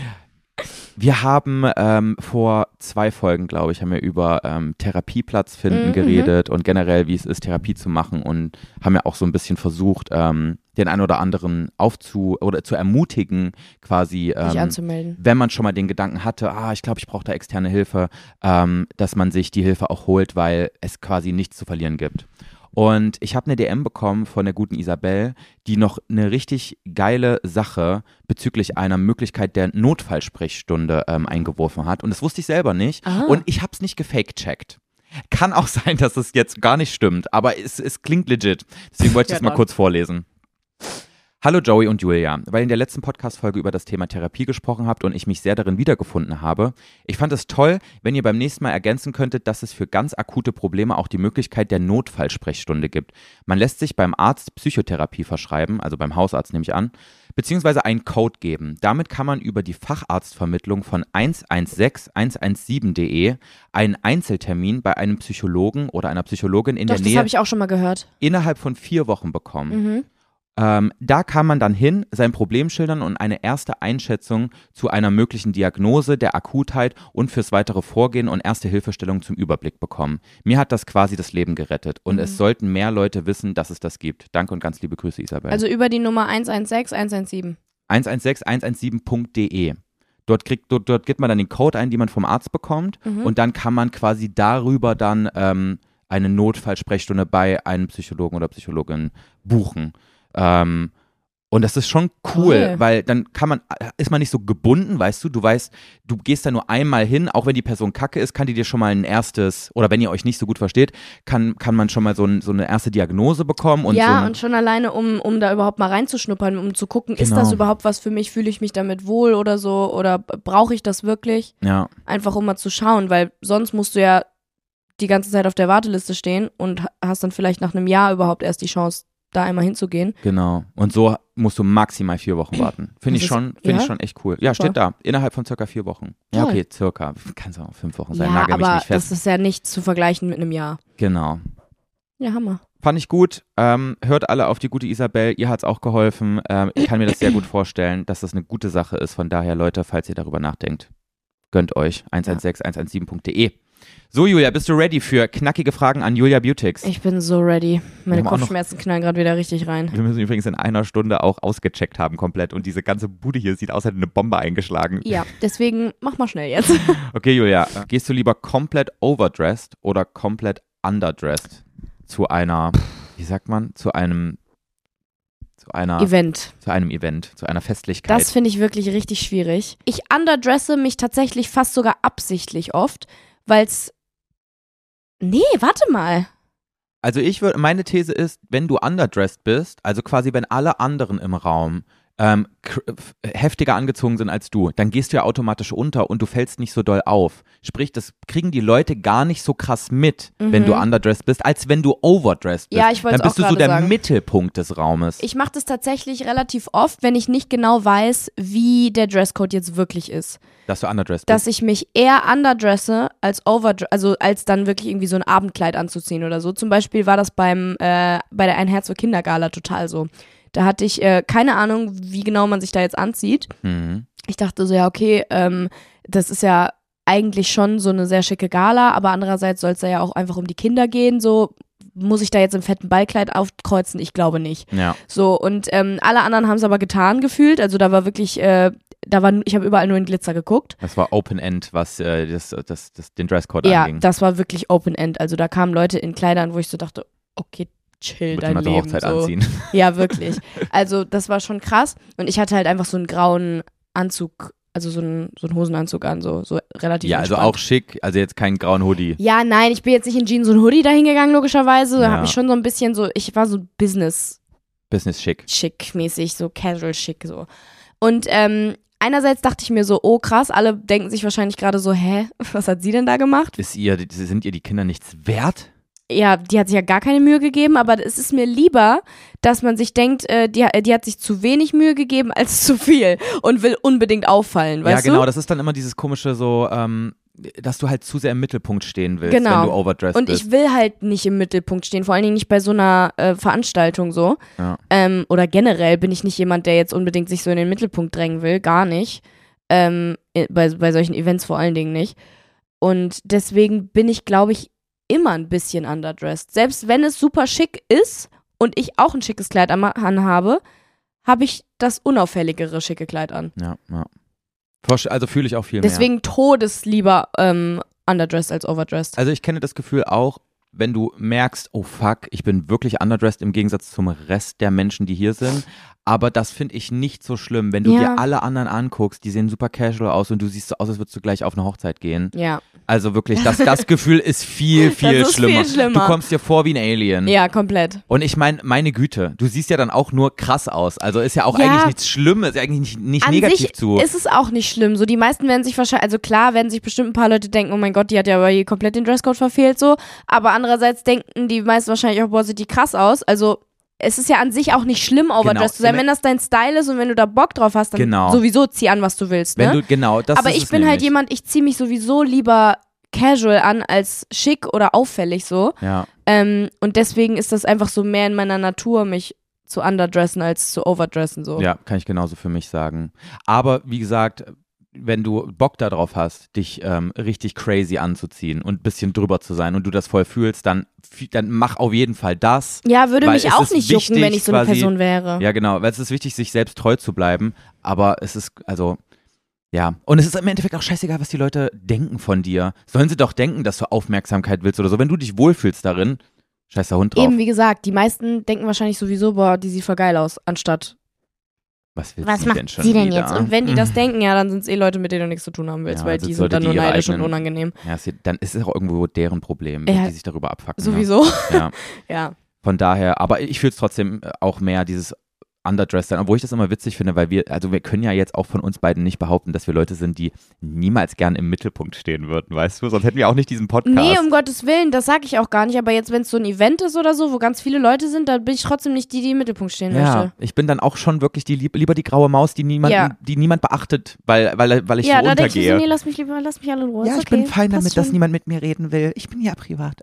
wir haben ähm, vor zwei Folgen, glaube ich, haben wir über ähm, Therapieplatz finden Mhm. geredet und generell, wie es ist, Therapie zu machen und haben ja auch so ein bisschen versucht, ähm, den einen oder anderen aufzu- oder zu ermutigen, quasi, Dich ähm, anzumelden. wenn man schon mal den Gedanken hatte, ah, ich glaube, ich brauche da externe Hilfe, ähm, dass man sich die Hilfe auch holt, weil es quasi nichts zu verlieren gibt. Und ich habe eine D M bekommen von der guten Isabel, die noch eine richtig geile Sache bezüglich einer Möglichkeit der Notfallsprechstunde ähm, eingeworfen hat. Und das wusste ich selber nicht. Ah. Und ich habe es nicht gefake-checkt. Kann auch sein, dass es jetzt gar nicht stimmt, aber es, es klingt legit. Deswegen wollte ich Ja, das mal dann. kurz vorlesen. Hallo Joey und Julia, weil ihr in der letzten Podcast-Folge über das Thema Therapie gesprochen habt und ich mich sehr darin wiedergefunden habe. Ich fand es toll, wenn ihr beim nächsten Mal ergänzen könntet, dass es für ganz akute Probleme auch die Möglichkeit der Notfallsprechstunde gibt. Man lässt sich beim Arzt Psychotherapie verschreiben, also beim Hausarzt nehme ich an, beziehungsweise einen Code geben. Damit kann man über die Facharztvermittlung von eins eins sechs eins eins sieben punkt de einen Einzeltermin bei einem Psychologen oder einer Psychologin in Doch, der das Nähe habe ich auch schon mal gehört. innerhalb von vier Wochen bekommen. Mhm. Ähm, da kann man dann hin, sein Problem schildern und eine erste Einschätzung zu einer möglichen Diagnose, der Akutheit und fürs weitere Vorgehen und erste Hilfestellung zum Überblick bekommen. Mir hat das quasi das Leben gerettet und Mhm. es sollten mehr Leute wissen, dass es das gibt. Danke und ganz liebe Grüße, Isabel. Also über die Nummer eins eins sechs eins eins sieben. eins eins sechs eins eins sieben punkt de. Dort, kriegt, dort, dort gibt man dann den Code ein, den man vom Arzt bekommt Mhm. und dann kann man quasi darüber dann ähm, eine Notfallsprechstunde bei einem Psychologen oder Psychologin buchen. Ähm, und das ist schon cool, Toll. weil dann kann man, ist man nicht so gebunden, weißt du, du weißt, du gehst da nur einmal hin, auch wenn die Person kacke ist, kann die dir schon mal ein erstes, oder wenn ihr euch nicht so gut versteht, kann, kann man schon mal so, ein, so eine erste Diagnose bekommen. Und ja, so ein, und schon alleine, um, um da überhaupt mal reinzuschnuppern, um zu gucken, ist Genau. das überhaupt was für mich, fühle ich mich damit wohl oder so, oder brauche ich das wirklich? ja, Einfach um mal zu schauen, weil sonst musst du ja die ganze Zeit auf der Warteliste stehen und hast dann vielleicht nach einem Jahr überhaupt erst die Chance, da einmal hinzugehen. genau. Und so musst du maximal vier Wochen warten. Finde ich Das ist- schon, finde ja? ich schon echt cool. Ja, Super. steht da. Innerhalb von circa vier Wochen. Ja, Toll. okay, circa. Kann es auch fünf Wochen sein. Ja, Nagel mich aber nicht fest. das ist ja nicht zu vergleichen mit einem Jahr. Genau. Ja, Hammer. Fand ich gut. Ähm, hört alle auf die gute Isabel. Ihr hat es auch geholfen. Ähm, ich kann mir das sehr gut vorstellen, dass das eine gute Sache ist. Von daher, Leute, falls ihr darüber nachdenkt, gönnt euch eins eins sechs eins eins sieben punkt de. So, Julia, bist du ready für knackige Fragen an Julia Beautix? Ich bin so ready. Meine Wir haben auch noch- Kopfschmerzen knallen gerade wieder richtig rein. Wir müssen übrigens in einer Stunde auch ausgecheckt haben komplett. Und diese ganze Bude hier sieht aus, als hätte eine Bombe eingeschlagen. Ja, deswegen mach mal schnell jetzt. Okay, Julia, gehst du lieber komplett overdressed oder komplett underdressed zu einer, wie sagt man, zu einem, zu einer, Event. zu einem Event, zu einer Festlichkeit? Das finde ich wirklich richtig schwierig. Ich underdresse mich tatsächlich fast sogar absichtlich oft, weil es. Nee, warte mal. Also ich würde, meine These ist, wenn du underdressed bist, also quasi wenn alle anderen im Raum ähm, kr- f- heftiger angezogen sind als du, dann gehst du ja automatisch unter und du fällst nicht so doll auf. Sprich, das kriegen die Leute gar nicht so krass mit, Mhm. wenn du underdressed bist, als wenn du overdressed bist. Ja, ich wollte Dann es bist auch du so gerade der sagen. Mittelpunkt des Raumes. Ich mache das tatsächlich relativ oft, wenn ich nicht genau weiß, wie der Dresscode jetzt wirklich ist. dass du underdressed Dass bist. ich mich eher underdresse, als overdress, also als dann wirklich irgendwie so ein Abendkleid anzuziehen oder so. Zum Beispiel war das beim äh, bei der Ein Herz für Kinder Gala total so. Da hatte ich äh, keine Ahnung, wie genau man sich da jetzt anzieht. Mhm. Ich dachte so, ja, okay, ähm, das ist ja eigentlich schon so eine sehr schicke Gala, aber andererseits soll es ja auch einfach um die Kinder gehen, so. Muss ich da jetzt im fetten Ballkleid aufkreuzen? Ich glaube nicht. Ja. So, und ähm, alle anderen haben es aber getan gefühlt. Also da war wirklich, äh, da war, ich habe überall nur in Glitzer geguckt. Das war Open End, was äh, das, das, das, den Dresscode Ja, anging. das war wirklich Open End. Also da kamen Leute in Kleidern, wo ich so dachte, okay, chill Bitte dein mal zur Leben. Hochzeit so. anziehen. Ja, wirklich. Also das war schon krass. Und ich hatte halt einfach so einen grauen Anzug, also so einen, so einen Hosenanzug an, so, so relativ Ja, also entspannt. auch schick, also jetzt keinen grauen Hoodie. Ja, nein, ich bin jetzt nicht in Jeans und Hoodie dahin gegangen, logischerweise. Da Ja. habe mich schon so ein bisschen so, ich war so Business Business schick. schick mäßig, so casual schick so. Und ähm, einerseits dachte ich mir so, oh krass, alle denken sich wahrscheinlich gerade so, hä, was hat sie denn da gemacht? Ist ihr, sind ihr die Kinder nichts wert? Ja, die hat sich ja gar keine Mühe gegeben, aber es ist mir lieber, dass man sich denkt, äh, die, die hat sich zu wenig Mühe gegeben als zu viel und will unbedingt auffallen, weißt ja, genau, du? das ist dann immer dieses komische so, ähm, dass du halt zu sehr im Mittelpunkt stehen willst, Genau. wenn du overdressed Und bist. ich will halt nicht im Mittelpunkt stehen, vor allen Dingen nicht bei so einer äh, Veranstaltung so. Ja. Ähm, oder generell bin ich nicht jemand, der jetzt unbedingt sich so in den Mittelpunkt drängen will, gar nicht. Ähm, bei, bei solchen Events vor allen Dingen nicht. Und deswegen bin ich, glaube ich, immer ein bisschen underdressed. Selbst wenn es super schick ist und ich auch ein schickes Kleid an- anhabe, habe ich das unauffälligere schicke Kleid an. Ja, ja. Vorst- Also fühle ich auch viel mehr. Deswegen todeslieber ähm, underdressed als overdressed. Also ich kenne das Gefühl auch, wenn du merkst, oh fuck, ich bin wirklich underdressed im Gegensatz zum Rest der Menschen, die hier sind. Aber das finde ich nicht so schlimm, wenn du Ja. dir alle anderen anguckst, die sehen super casual aus und du siehst so aus, als würdest du gleich auf eine Hochzeit gehen. Ja. Also wirklich, das, das Gefühl ist viel, viel, Das ist schlimmer. viel schlimmer. Du kommst dir vor wie ein Alien. Ja, komplett. Und ich meine, meine Güte, du siehst ja dann auch nur krass aus. Also ist ja auch Ja. eigentlich nichts Schlimmes, eigentlich nicht, nicht An negativ sich zu. ist es auch nicht schlimm. So, die meisten werden sich wahrscheinlich, also klar werden sich bestimmt ein paar Leute denken, oh mein Gott, die hat ja aber hier komplett den Dresscode verfehlt, so. Aber andererseits denken die meisten wahrscheinlich auch, boah, sieht die krass aus. Also, es ist ja an sich auch nicht schlimm, overdressed Genau. zu sein. Wenn das dein Style ist und wenn du da Bock drauf hast, dann Genau. sowieso zieh an, was du willst, ne? Wenn du, genau, das Aber ist ich es bin halt nämlich. jemand, ich ziehe mich sowieso lieber casual an als schick oder auffällig so. Ja. Ähm, und deswegen ist das einfach so mehr in meiner Natur, mich zu underdressen als zu overdressen so. Ja, kann ich genauso für mich sagen. Aber wie gesagt, wenn du Bock darauf hast, dich ähm, richtig crazy anzuziehen und ein bisschen drüber zu sein und du das voll fühlst, dann, dann mach auf jeden Fall das. Ja, würde Weil mich es auch ist nicht wichtig, jucken, wenn ich so eine quasi- Person wäre. Ja, genau, weil es ist wichtig, sich selbst treu zu bleiben, aber es ist, also, ja. Und es ist im Endeffekt auch scheißegal, was die Leute denken von dir. Sollen sie doch denken, dass du Aufmerksamkeit willst oder so. Wenn du dich wohlfühlst darin, scheiß der Hund drauf. Eben, wie gesagt, die meisten denken wahrscheinlich sowieso, boah, die sieht voll geil aus, anstatt, Was will was sie macht denn schon sie denn wieder? jetzt? Und wenn die das Mhm. denken, ja, dann sind es eh Leute, mit denen du nichts zu tun haben willst, Ja, weil also die sollte sind dann die nur ihre neidisch und eigenen- unangenehm. Ja, es- dann ist es auch irgendwo deren Problem, Ja, die sich darüber abfacken. Sowieso. Ne? Ja. Ja. Von daher, aber ich fühle es trotzdem auch mehr, dieses Underdressed sein, obwohl ich das immer witzig finde, weil wir, also wir können ja jetzt auch von uns beiden nicht behaupten, dass wir Leute sind, die niemals gern im Mittelpunkt stehen würden, weißt du? Sonst hätten wir auch nicht diesen Podcast. Nee, um Gottes Willen, das sag ich auch gar nicht, aber jetzt, wenn es so ein Event ist oder so, wo ganz viele Leute sind, dann bin ich trotzdem nicht die, die im Mittelpunkt stehen ja, möchte. ich bin dann auch schon wirklich die, lieber die graue Maus, die niemand, Ja. die niemand beachtet, weil, weil, weil ich Ja, so da denke ich mir untergehe. so, nee, lass mich lieber, lass mich alle in Ruhe. ja, ist ich bin okay, fein passt damit, dass schon. niemand mit mir reden will. Ich bin ja privat.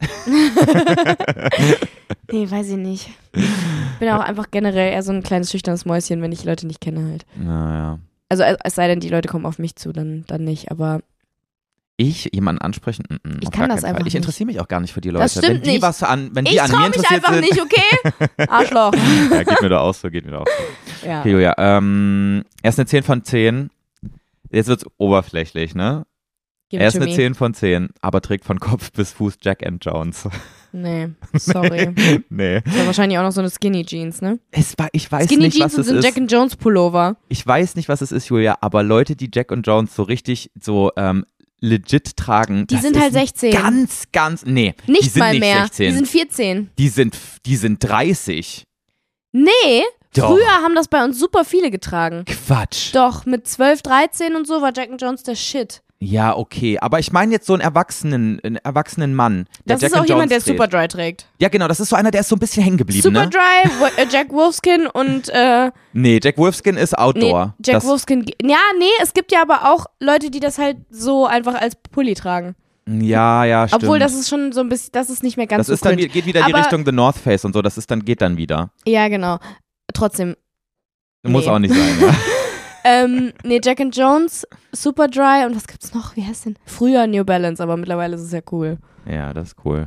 Nee, weiß ich nicht. Ich bin auch einfach generell eher so ein kleines schüchternes Mäuschen, wenn ich Leute nicht kenne halt. Naja. Also es es sei denn, die Leute kommen auf mich zu, dann, dann nicht, aber Ich jemanden ansprechen? Mm, mm, Ich auf kann gar das keinen einfach Fall. Ich nicht. interessiere mich auch gar nicht für die Leute. Das stimmt wenn die nicht. was an, wenn die ich an mir trau mich interessiert einfach sind. nicht, okay? Arschloch. Ja, geht mir da auch so, geht mir da auch so. Ja. Okay, Julia, ähm, er ist eine zehn von zehn. Jetzt wird's oberflächlich, ne? Give Er it ist to eine me. zehn von zehn, aber trägt von Kopf bis Fuß Jack and Jones. Nee, sorry. nee. Das war wahrscheinlich auch noch so eine Skinny Jeans, ne? Es war, ich weiß Skinny nicht, Jeans was und es so ein ist. Jack and Jones Pullover. Ich weiß nicht, was es ist, Julia, aber Leute, die Jack und Jones so richtig so ähm, legit tragen, Die das sind ist halt sechzehn. Ganz, ganz, nee. Nicht die sind mal nicht mehr. sechzehn. Die sind vierzehn. die sind, die sind dreißig. Nee, Doch. früher haben das bei uns super viele getragen. Quatsch. Doch, mit zwölf, dreizehn und so war Jack and Jones der Shit. Ja, okay. Aber ich meine jetzt so einen erwachsenen, einen erwachsenen Mann. Der Das Jack ist auch and jemand, der Jones trägt. Superdry trägt. Ja, genau. Das ist so einer, der ist so ein bisschen hängen geblieben, ne? Superdry, Wo- äh, Jack Wolfskin und äh, Nee, Jack Wolfskin ist nee, Outdoor. Jack das, Wolfskin. Ja, nee, es gibt ja aber auch Leute, die das halt so einfach als Pulli tragen. Ja, ja, stimmt. Obwohl das ist schon so ein bisschen, das ist nicht mehr ganz das so ist dann, cringe. geht wieder in die Aber- Richtung The North Face und so. Das ist dann, geht dann wieder. Ja, genau. Trotzdem. Muss Nee. auch nicht sein, ja. Ähm, nee, Jack and Jones, Superdry und was gibt's noch? Wie heißt denn? Früher New Balance, aber mittlerweile ist es ja cool. Ja, das ist cool.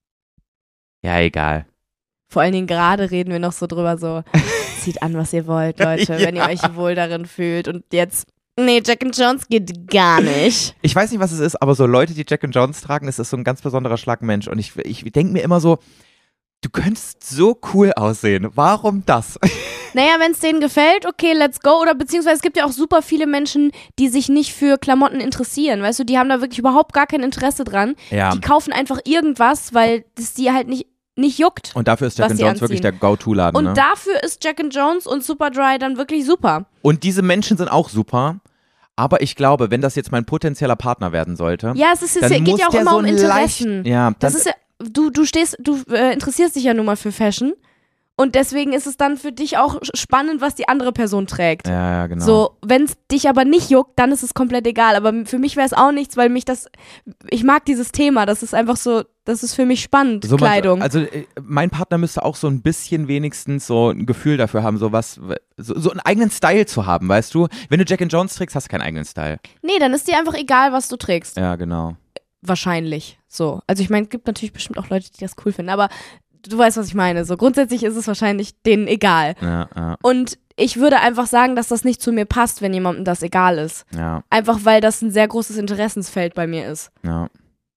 Ja, egal. Vor allen Dingen gerade reden wir noch so drüber, so zieht an, was ihr wollt, Leute, Ja. wenn ihr euch wohl darin fühlt. Und jetzt, nee, Jack and Jones geht gar nicht. Ich weiß nicht, was es ist, aber so Leute, die Jack and Jones tragen, das ist so ein ganz besonderer Schlag Mensch. Und ich, ich denke mir immer so, du könntest so cool aussehen. Warum das? Naja, wenn es denen gefällt, okay, let's go. Oder beziehungsweise es gibt ja auch super viele Menschen, die sich nicht für Klamotten interessieren. Weißt du, die haben da wirklich überhaupt gar kein Interesse dran. Ja. Die kaufen einfach irgendwas, weil das die halt nicht, nicht juckt. Und dafür ist Jack was and sie Jones wirklich der anziehen. Go-To-Laden. Und Ne? dafür ist Jack and Jones und Superdry dann wirklich super. Und diese Menschen sind auch super. Aber ich glaube, wenn das jetzt mein potenzieller Partner werden sollte, Ja, es ist, es dann geht muss ja auch der immer so um ein Interessen. leicht, ja, Das dann, ist ja, du, du stehst, du äh, interessierst dich ja nun mal für Fashion. Und deswegen ist es dann für dich auch spannend, was die andere Person trägt. ja, ja, genau. So, wenn es dich aber nicht juckt, dann ist es komplett egal. Aber für mich wäre es auch nichts, weil mich das, ich mag dieses Thema. Das ist einfach so, das ist für mich spannend, So, man- Kleidung. Also äh, mein Partner müsste auch so ein bisschen wenigstens so ein Gefühl dafür haben, so was, so, so einen eigenen Style zu haben, weißt du? Wenn du Jack and Jones trägst, hast du keinen eigenen Style. Nee, dann ist dir einfach egal, was du trägst. Ja, genau. Wahrscheinlich. So. Also ich meine, es gibt natürlich bestimmt auch Leute, die das cool finden, aber du weißt, was ich meine. So grundsätzlich ist es wahrscheinlich denen egal. Ja, ja, Und ich würde einfach sagen, dass das nicht zu mir passt, wenn jemandem das egal ist. ja, Einfach weil das ein sehr großes Interessensfeld bei mir ist. ja.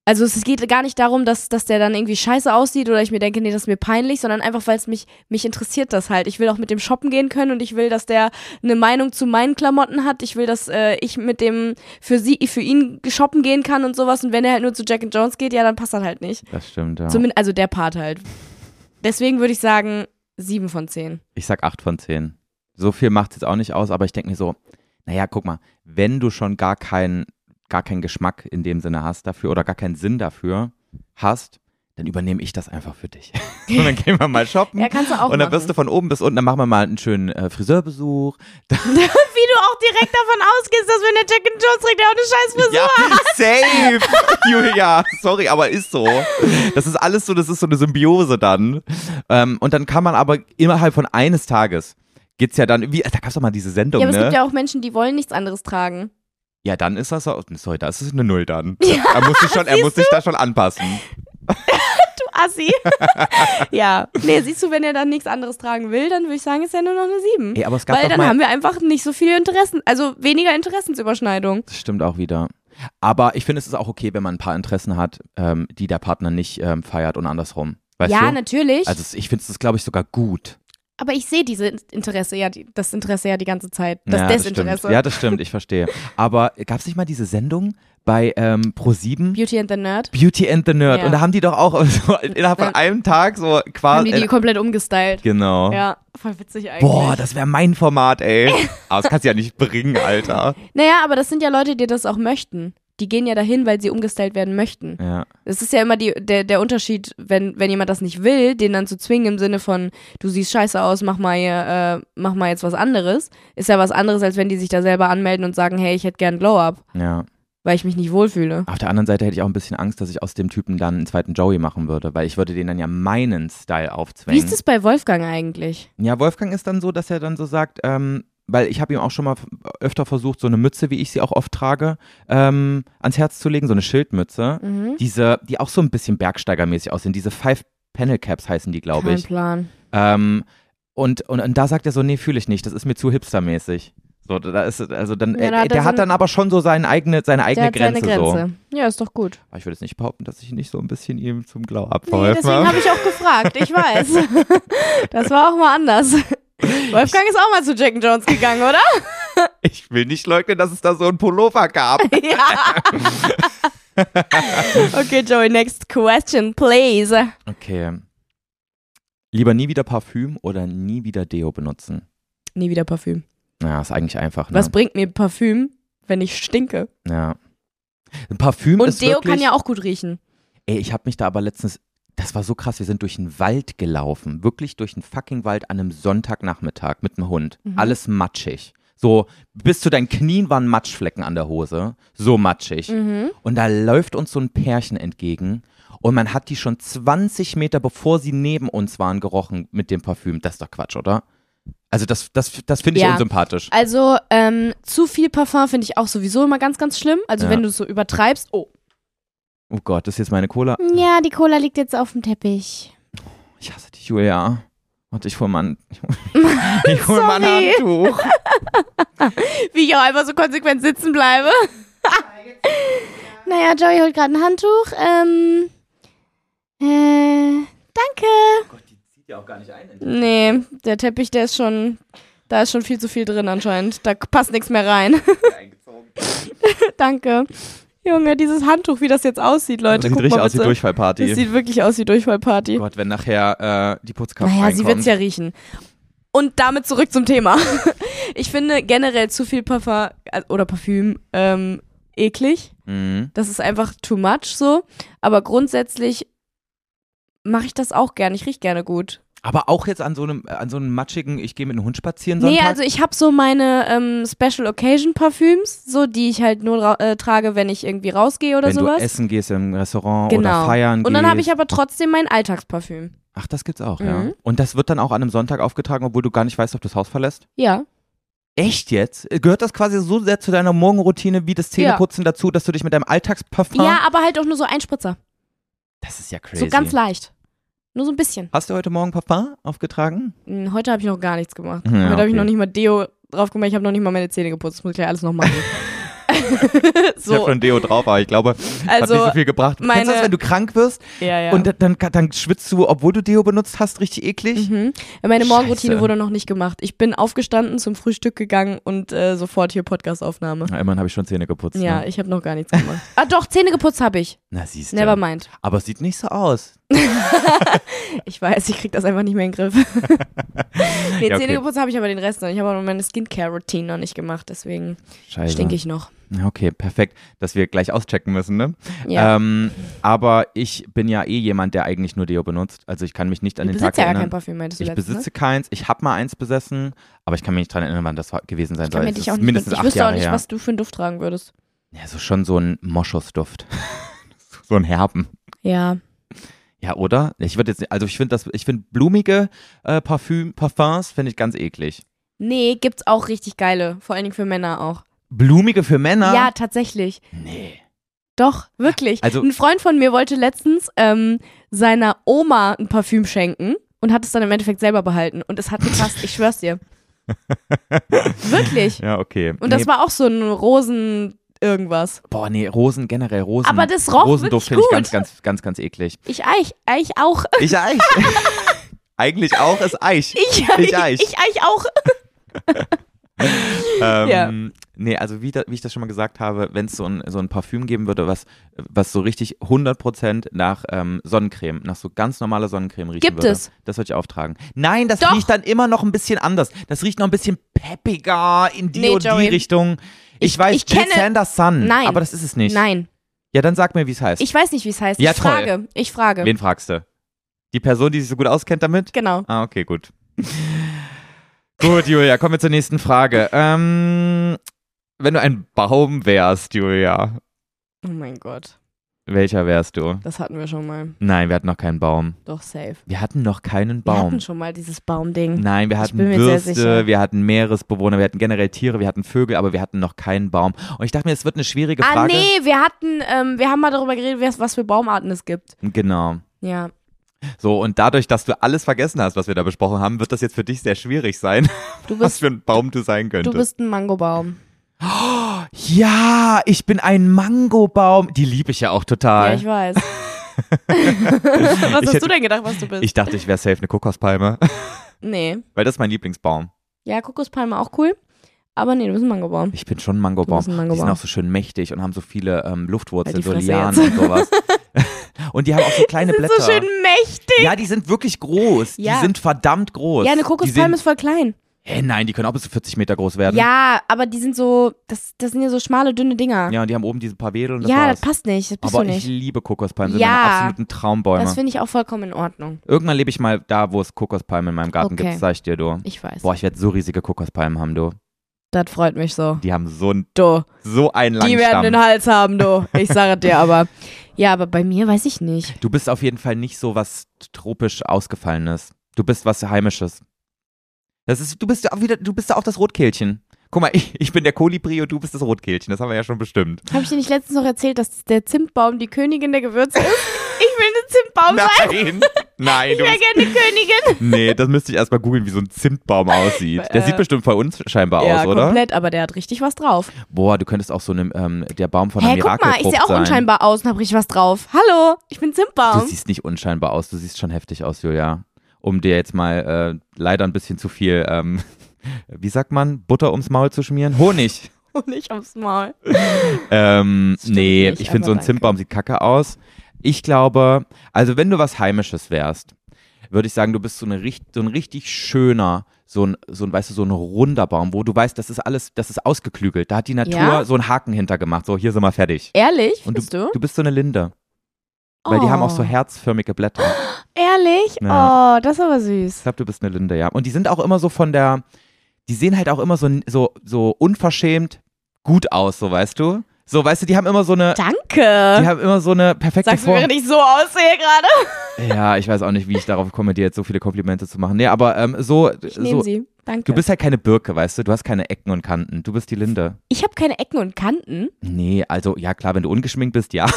Also es geht gar nicht darum, dass, dass der dann irgendwie scheiße aussieht oder ich mir denke, nee, das ist mir peinlich, sondern einfach, weil es mich, mich interessiert das halt. Ich will auch mit dem shoppen gehen können und ich will, dass der eine Meinung zu meinen Klamotten hat. Ich will, dass äh, ich mit dem für sie, für ihn shoppen gehen kann und sowas. Und wenn er halt nur zu Jack and Jones geht, ja, dann passt das halt nicht. Das stimmt, ja. Zumindest, also der Part halt. Deswegen würde ich sagen, sieben von zehn. Ich sag acht von zehn. So viel macht es jetzt auch nicht aus, aber ich denke mir so, naja, guck mal, wenn du schon gar keinen gar keinen Geschmack in dem Sinne hast dafür oder gar keinen Sinn dafür hast, dann übernehme ich das einfach für dich. Und dann gehen wir mal shoppen. Ja, kannst du auch Und dann machen. wirst du von oben bis unten, dann machen wir mal einen schönen äh, Friseurbesuch. Wie du auch direkt davon ausgehst, dass wenn der Jack and Jones trägt, der auch eine scheiß Frisur Ja, safe, Julia. Sorry, aber ist so. Das ist alles so, das ist so eine Symbiose dann. Ähm, und dann kann man aber innerhalb von eines Tages geht's ja dann, wie, da gab's doch mal diese Sendung, Ja, aber ne? es gibt ja auch Menschen, die wollen nichts anderes tragen. Ja, dann ist das so, sorry, das ist eine Null dann. Ja, er muss sich schon, er muss sich da schon anpassen. Du Assi. Ja, nee, siehst du, wenn er dann nichts anderes tragen will, dann würde ich sagen, ist er nur noch eine sieben. Ey, aber es gab Weil doch dann mal, haben wir einfach nicht so viele Interessen, also weniger Interessensüberschneidung. das stimmt auch wieder. Aber ich finde, es ist auch okay, wenn man ein paar Interessen hat, ähm, die der Partner nicht ähm, feiert und andersrum. Weißt Ja, du? natürlich. Also ich finde es, glaube ich, sogar gut. Aber ich sehe diese Interesse ja, die, das Interesse ja die ganze Zeit. Das ja, Desinteresse. Das stimmt. Ja, das stimmt, ich verstehe. Aber gab es nicht mal diese Sendung bei ähm, ProSieben? Beauty and the Nerd. Beauty and the Nerd. Ja. Und da haben die doch auch so innerhalb von Dann einem Tag so Haben quasi. die die komplett umgestylt. Genau. Ja, voll witzig eigentlich. Boah, das wäre mein Format, ey. Aber das kannst du ja nicht bringen, Alter. Naja, aber das sind ja Leute, die das auch möchten. Die gehen ja dahin, weil sie umgestylt werden möchten. Ja. Es ist ja immer die, der, der Unterschied, wenn, wenn jemand das nicht will, den dann zu zwingen im Sinne von, du siehst scheiße aus, mach mal, äh, mach mal jetzt was anderes, ist ja was anderes, als wenn die sich da selber anmelden und sagen, hey, ich hätte gern Glow-Up, Ja. weil ich mich nicht wohlfühle. Auf der anderen Seite hätte ich auch ein bisschen Angst, dass ich aus dem Typen dann einen zweiten Joey machen würde, weil ich würde den dann ja meinen Style aufzwängen. Wie ist es bei Wolfgang eigentlich? Ja, Wolfgang ist dann so, dass er dann so sagt, ähm, weil ich habe ihm auch schon mal öfter versucht, so eine Mütze, wie ich sie auch oft trage, ähm, ans Herz zu legen, so eine Schildmütze, Mhm. diese, die auch so ein bisschen bergsteigermäßig aussehen, diese Five Panel Caps heißen die, glaube Kein ich. Plan. Ähm, und, und, und da sagt er so, nee, fühle ich nicht, das ist mir zu hipstermäßig. So, da ist also dann, Ja, da äh, hat er der so hat ein- dann aber schon so seine eigene, seine Der eigene hat Grenze, seine so. Grenze. Ja, ist doch gut. Aber ich würde jetzt nicht behaupten, dass ich nicht so ein bisschen ihm zum Glow Nee, abverholfen deswegen habe. habe ich auch gefragt, ich weiß. Das war auch mal anders. Wolfgang ist auch mal zu Jack and Jones gegangen, oder? Ich will nicht leugnen, dass es da so einen Pullover gab. Ja. Okay, Joey, next question, please. Okay. Lieber nie wieder Parfüm oder nie wieder Deo benutzen? Nie wieder Parfüm. Ja, ist eigentlich einfach, ne? Was bringt mir Parfüm, wenn ich stinke? Ja. Ein Parfüm Und ist Deo wirklich, kann ja auch gut riechen. Ey, ich habe mich da aber letztens, das war so krass, wir sind durch einen Wald gelaufen, wirklich durch einen fucking Wald an einem Sonntagnachmittag mit einem Hund. Mhm. Alles matschig. So, bis zu deinen Knien waren Matschflecken an der Hose. So matschig. Mhm. Und da läuft uns so ein Pärchen entgegen und man hat die schon zwanzig Meter, bevor sie neben uns waren, gerochen mit dem Parfüm. Das ist doch Quatsch, oder? Also das, das, das finde ich Ja. unsympathisch. Also, ähm, zu viel Parfum finde ich auch sowieso immer ganz, ganz schlimm. Also, Ja. wenn du es so übertreibst. Oh. Oh Gott, das ist jetzt meine Cola. Ja, die Cola liegt jetzt auf dem Teppich. Ich hasse dich, Julia. Warte, ich hol mal ein, ich hol mal ein Sorry. Handtuch. Wie ich auch einfach so konsequent sitzen bleibe. Naja, Joey holt gerade ein Handtuch. Ähm, äh, danke. Oh Gott, die zieht ja auch gar nicht ein. Nee, der Teppich, der ist schon, da ist schon viel zu viel drin anscheinend. Da passt nichts mehr rein. Danke. Junge, dieses Handtuch, wie das jetzt aussieht, Leute. Das sieht guck richtig mal aus wie bitte. Durchfallparty. Das sieht wirklich aus wie Durchfallparty. Oh Gott, wenn nachher äh, die Putzkraft Naja, sie reinkommt. wird's ja riechen. Und damit zurück zum Thema. Ich finde generell zu viel Parfum äh, oder Parfüm ähm, eklig. Mhm. Das ist einfach too much so. Aber grundsätzlich mache ich das auch gerne. Ich riech gerne gut. Aber auch jetzt an so einem, an so einem matschigen, ich gehe mit einem Hund spazieren Nee, Sonntag? also ich habe so meine ähm, Special Occasion Parfüms, so die ich halt nur ra- äh, trage, wenn ich irgendwie rausgehe oder wenn sowas. du essen gehst im Restaurant Genau. oder feiern Und dann habe gehst. ich aber trotzdem mein Alltagsparfüm. Ach, das gibt's auch, ja. Mhm. Und das wird dann auch an einem Sonntag aufgetragen, obwohl du gar nicht weißt, ob du das Haus verlässt? Ja. Echt jetzt? Gehört das quasi so sehr zu deiner Morgenroutine wie das Zähneputzen dazu, dass du dich mit deinem Alltagsparfum... Ja, aber halt auch nur so ein Spritzer. Das ist ja crazy. So ganz leicht. Nur so ein bisschen. Hast du heute Morgen Parfum aufgetragen? Hm, Heute habe ich noch gar nichts gemacht. Ja, Heute habe ich okay. noch nicht mal Deo drauf gemacht. Ich habe noch nicht mal meine Zähne geputzt. Das muss ich ja alles noch machen. So. Ich habe schon Deo drauf, aber ich glaube, hat Also, nicht so viel gebracht. meine- Kennst du das, wenn du krank wirst Ja, ja. und dann, dann, dann schwitzt du, obwohl du Deo benutzt hast, richtig eklig? Mhm. Meine Morgenroutine Scheiße. wurde noch nicht gemacht. Ich bin aufgestanden, zum Frühstück gegangen und äh, sofort hier Podcastaufnahme. Na, immerhin habe ich schon Zähne geputzt. Ja, Ne? ich habe noch gar nichts gemacht. Ah doch, Zähne geputzt habe ich. Na, siehst du. Never mind. Aber es sieht nicht so aus. Ich weiß, ich krieg das einfach nicht mehr in den Griff. nee, Ja, okay. Zähne geputzt habe ich aber den Rest noch. Ich habe aber meine Skincare-Routine noch nicht gemacht, deswegen Scheiße. stinke ich noch. Okay, perfekt, dass wir gleich auschecken müssen, ne? Ja. Ähm, aber ich bin ja eh jemand, der eigentlich nur Deo benutzt. Also ich kann mich nicht an Du den besitzt Tag ja gar erinnern. kein Parfüm, meintest du Ich letztens, besitze ne? keins. Ich habe mal eins besessen, aber ich kann mich nicht dran erinnern, wann das war- gewesen sein Ich kann soll. mir Es dich ist auch nicht mindestens ich acht wüsste auch Jahre nicht, her. was du für einen Duft tragen würdest. Ja, so schon so ein Moschusduft. So ein Herben. Ja. Ja, oder? Ich würde jetzt, also ich finde das, ich finde blumige äh, Parfüm, Parfums finde ich ganz eklig. Nee, gibt's auch richtig geile, vor allen Dingen für Männer auch. Blumige für Männer? Ja, tatsächlich. Nee. Doch, wirklich. Also- ein Freund von mir wollte letztens ähm, seiner Oma ein Parfüm schenken und hat es dann im Endeffekt selber behalten. Und es hat gepasst, ich schwör's dir. Wirklich. Ja, okay. Und nee. das war auch so ein Rosen irgendwas. Boah, nee, Rosen generell, Rosen. Aber das roch Rosenduft wirklich finde ich gut. ganz, ganz, ganz, ganz eklig. Ich eich, eich auch. Ich Eich. Eigentlich auch ist Eich. Ich, Ich Eich. Ich eich auch. Ähm, Ja. Nee, also wie, da, wie ich das schon mal gesagt habe, wenn es so ein, so ein Parfüm geben würde, was, was so richtig hundert Prozent nach ähm, Sonnencreme, nach so ganz normaler Sonnencreme riechen Gibt würde. es? Das würde ich auftragen. Nein, das Doch. riecht dann immer noch ein bisschen anders. Das riecht noch ein bisschen peppiger in die Nee, und die Joey. Richtung. Ich, Ich- weiß, ich Jill kenne- Sanders Sun, Nein. aber das ist es nicht. Nein, Ja, dann sag mir, wie es heißt. ich weiß nicht, wie es heißt. Ja, ich toll. frage. Ich frage. Wen fragst du? Die Person, die sich so gut auskennt damit? Genau. Ah, okay, gut. Gut, Julia, kommen wir zur nächsten Frage. Ähm, wenn du ein Baum wärst, Julia, Oh mein Gott. welcher wärst du? Das hatten wir schon mal. Nein, wir hatten noch keinen Baum. Doch, safe. Wir hatten noch keinen Wir Baum. hatten schon mal dieses Baumding. Nein, wir Ich hatten bin mir sehr Würste, sicher. wir hatten Meeresbewohner, wir hatten generell Tiere, wir hatten Vögel, aber wir hatten noch keinen Baum. Und ich dachte mir, es wird eine schwierige Ah, Frage. nee, wir hatten, ähm, wir haben mal darüber geredet, was- was für Baumarten es gibt. Genau. Ja. So, und dadurch, dass du alles vergessen hast, was wir da besprochen haben, wird das jetzt für dich sehr schwierig sein, Du was bist, für ein Baum du sein du könntest. bist ein Mangobaum. Ja, ich bin ein Mangobaum. Die liebe ich ja auch total. Ja, ich weiß. was hast hätte- du denn gedacht, was du bist? Ich dachte, ich wäre safe eine Kokospalme, nee. weil das ist mein Lieblingsbaum. Ja, Kokospalme auch cool. Aber nee, du bist ein Mangobaum. Ich bin schon ein Mangobaum. Du bist ein Mangobaum. Die sind auch so schön mächtig und haben so viele ähm, Luftwurzeln, Halt die so Fresse Lianen jetzt. und sowas. Und die haben auch so kleine Die sind Blätter. so schön mächtig. Ja, die sind wirklich groß. Ja. Die sind verdammt groß. Ja, eine die Kokospalme sind, ist voll klein. Hä, nein, die können auch bis zu vierzig Meter groß werden. Ja, aber die sind so, das, das sind ja so schmale, dünne Dinger. Ja, und die haben oben diese paar Wedel und das Ja, war's. das passt nicht. Das bist Aber du ich nicht. liebe Kokospalmen, sind Ja. meine absoluten Traumbäume. Das finde ich auch vollkommen in Ordnung. Irgendwann lebe ich mal da, wo es Kokospalmen in meinem Garten Okay. gibt, sag ich dir, du. Ich weiß. Boah, ich werde so riesige Kokospalmen haben, du. Das freut mich so. Die haben so, ein, Du. so einen langen Die werden Stamm. den Hals haben, du. Ich sage dir aber. Ja, aber bei mir weiß ich nicht. Du bist auf jeden Fall nicht so was tropisch Ausgefallenes. Du bist was Heimisches. Das ist, du bist ja auch wieder, du bist ja auch das Rotkehlchen. Guck mal, ich, ich bin der Kolibri und du bist das Rotkehlchen. Das haben wir ja schon bestimmt. Habe ich dir nicht letztens noch erzählt, dass der Zimtbaum die Königin der Gewürze ist? Ich will eine Zimtbaum sein. Nein, nein. Ich Du wäre bist, gerne Königin. nee, das müsste ich erstmal googeln, wie so ein Zimtbaum aussieht. Der Äh, sieht bestimmt voll unscheinbar Ja, aus, oder? komplett, aber der hat richtig was drauf. Boah, du könntest auch so eine, ähm, der Baum von der Hä, guck mal, ich Mirakelfrucht sehe auch sein. unscheinbar aus und habe richtig was drauf. Hallo, ich bin Zimtbaum. Du siehst nicht unscheinbar aus, du siehst schon heftig aus, Julia. Um dir jetzt mal äh, leider ein bisschen zu viel, ähm, wie sagt man, Butter ums Maul zu schmieren? Honig. Und nicht aufs Maul. Ähm, Das stimmt nee, nicht, ich finde aber so ein danke. Zimtbaum sieht kacke aus. Ich glaube, also wenn du was Heimisches wärst, würde ich sagen, du bist so, eine, richt- so ein richtig schöner, so ein, so ein, weißt du, so ein runder Baum, wo du weißt, das ist alles, das ist ausgeklügelt. Da hat die Natur Ja? so einen Haken hintergemacht. So, hier sind wir fertig. Ehrlich, Und du, findest du? du bist so eine Linde. Weil die haben auch so Oh. herzförmige Blätter. Ehrlich? Ja. Oh, das ist aber süß. Ich glaube, du bist eine Linde, ja. Und die sind auch immer so von der, die sehen halt auch immer so, so, so unverschämt gut aus, so weißt du? So, weißt du, die haben immer so eine, die Danke. haben immer so eine perfekte Sagst du, Form. während ich so aussehe gerade? Ja, ich weiß auch nicht, wie ich darauf komme, dir jetzt so viele Komplimente zu machen. Nee, aber ähm, so, Ich nehme so sie. Danke. du bist halt keine Birke, weißt du? Du hast keine Ecken und Kanten. Du bist die Linde. ich habe keine Ecken und Kanten. Nee, also, ja klar, wenn du ungeschminkt bist, ja.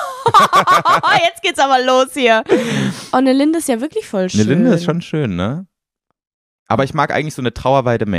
Oh, jetzt geht's aber los hier. Oh, eine Linde ist ja wirklich voll schön. Eine Linde ist schon schön, ne? Aber ich mag eigentlich so eine Trauerweide mehr.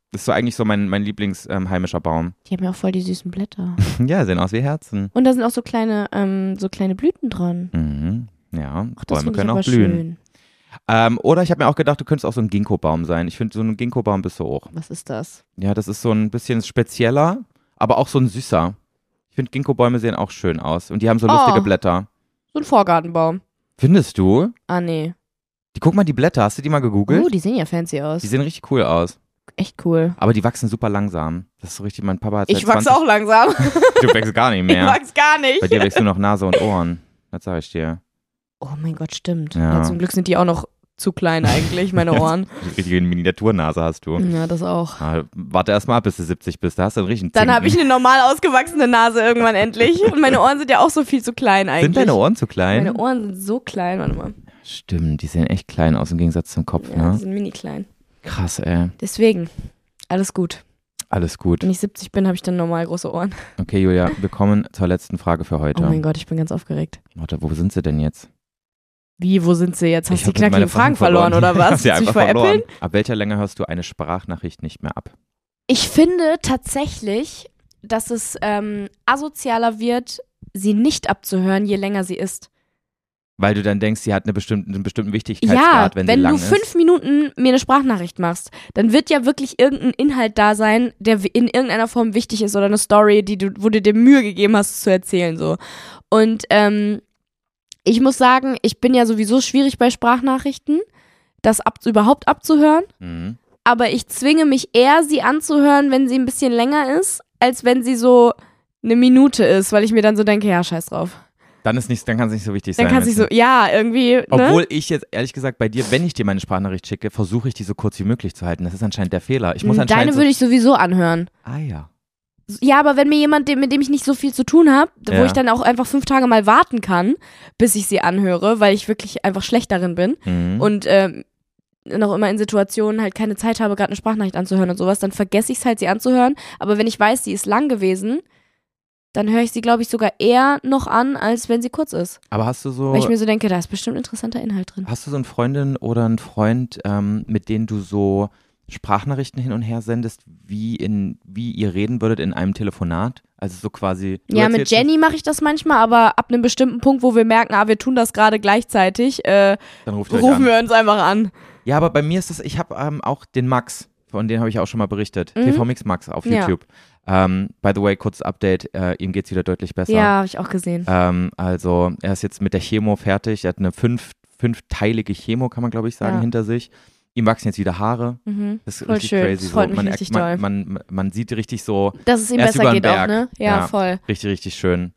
Das ist so eigentlich so mein, mein Lieblings-heimischer ähm, Baum. Die haben ja auch voll die süßen Blätter. Ja, sehen aus wie Herzen. Und da sind auch so kleine, ähm, so kleine Blüten dran. Mhm. Ja, Ach, das Bäume finde ich können aber auch blühen. schön. Ähm, oder ich habe mir auch gedacht, du könntest auch so ein Ginkgo-Baum sein. Ich finde, so ein Ginkgo-Baum bist du auch. Was ist das? Ja, das ist so ein bisschen spezieller, aber auch so ein süßer. Ich finde, Ginkgo-Bäume sehen auch schön aus. Und die haben so lustige Oh. Blätter. So ein Vorgartenbaum. Findest du? Ah, nee. Die, guck mal, die Blätter, hast du die mal gegoogelt? Oh, die sehen ja fancy aus. Die sehen richtig cool aus. Echt cool. Aber die wachsen super langsam. Das ist so richtig, mein Papa hat Ich seit wachse zwanzig auch langsam. Du wächst gar nicht Ich mehr. wachse gar nicht. Bei dir wächst nur noch Nase und Ohren. Das sag ich dir. Oh mein Gott, stimmt. Ja. Ja, zum Glück sind die auch noch zu klein eigentlich, meine Ohren. Eine richtige Miniaturnase hast du. Ja, das auch. Ah, warte erst mal ab, bis du siebzig bist. Da hast du einen richtigen Dann habe ich Zinken. eine normal ausgewachsene Nase irgendwann endlich. Und meine Ohren sind ja auch so viel zu klein eigentlich. Sind deine Ohren zu klein? Meine Ohren sind so klein, warte mal. Stimmt, die sehen echt klein aus im Gegensatz zum Kopf, Ja, die ne? sind mini klein. Krass, ey. Deswegen, alles gut. Alles gut. Wenn ich siebzig bin, habe ich dann normal große Ohren. Okay, Julia, wir kommen zur letzten Frage für heute. Oh mein Gott, ich bin ganz aufgeregt. Warte, wo sind sie denn jetzt? Wie, wo sind sie jetzt? Hast Ich du die hab meine knackigen Fragen verloren, oder Ich hab was? sie Willst du mich einfach verloren. veräppeln? Ab welcher Länge hörst du eine Sprachnachricht nicht mehr ab? Ich finde tatsächlich, dass es ähm, asozialer wird, sie nicht abzuhören, je länger sie ist. Weil du dann denkst, sie hat eine bestimmte, einen bestimmten Ja, Wichtigkeitsgrad, wenn, wenn sie lang du ist. fünf Minuten mir eine Sprachnachricht machst, dann wird ja wirklich irgendein Inhalt da sein, der in irgendeiner Form wichtig ist oder eine Story, die du, wo du dir Mühe gegeben hast, es zu erzählen. So. Und ähm, ich muss sagen, ich bin ja sowieso schwierig bei Sprachnachrichten, das ab, überhaupt abzuhören. Mhm. Aber ich zwinge mich eher, sie anzuhören, wenn sie ein bisschen länger ist, als wenn sie so eine Minute ist, weil ich mir dann so denke, ja, scheiß drauf. Dann ist nicht, dann kann es nicht so wichtig Dann sein. kann es nicht so, weißt du? ja, irgendwie, ne? Obwohl ich jetzt ehrlich gesagt bei dir, wenn ich dir meine Sprachnachricht schicke, versuche ich die so kurz wie möglich zu halten. Das ist anscheinend der Fehler. Ich muss Deine anscheinend so, würde ich sowieso anhören. Ah ja. Ja, aber wenn mir jemand, dem- mit dem ich nicht so viel zu tun habe, wo Ja. ich dann auch einfach fünf Tage mal warten kann, bis ich sie anhöre, weil ich wirklich einfach schlecht darin bin Mhm. und ähm, noch immer in Situationen halt keine Zeit habe, gerade eine Sprachnachricht anzuhören und sowas, dann vergesse ich es halt, sie anzuhören. Aber wenn ich weiß, sie ist lang gewesen, dann höre ich sie, glaube ich, sogar eher noch an, als wenn sie kurz ist. Aber hast du so, Weil ich mir so denke, da ist bestimmt interessanter Inhalt drin. hast du so eine Freundin oder einen Freund, ähm, mit denen du so Sprachnachrichten hin und her sendest, wie in, wie ihr reden würdet in einem Telefonat? Also so quasi. du Ja, mit erzählst Jenny mache ich das manchmal, aber ab einem bestimmten Punkt, wo wir merken, ah, wir tun das gerade gleichzeitig, äh, es, dann ruft ihr euch rufen an. wir uns einfach an. Ja, aber bei mir ist das, ich habe ähm, auch den Max, von dem habe ich auch schon mal berichtet, Mhm. T V Mix Max auf Ja. YouTube. Ähm, by the way, kurzes Update, äh, ihm geht's wieder deutlich besser. Ja, habe ich auch gesehen. Ähm, also er ist jetzt mit der Chemo fertig, er hat eine fünf, fünfteilige Chemo, kann man glaube ich sagen, Ja. hinter sich. Ihm wachsen jetzt wieder Haare. Mhm. Das ist Voll richtig schön, crazy. das freut so. mich man, richtig man, doll. man, man, man sieht richtig so, Dass es ihm er ist besser über den geht auch, Berg. ne? Ja, Ja. voll. richtig, richtig schön.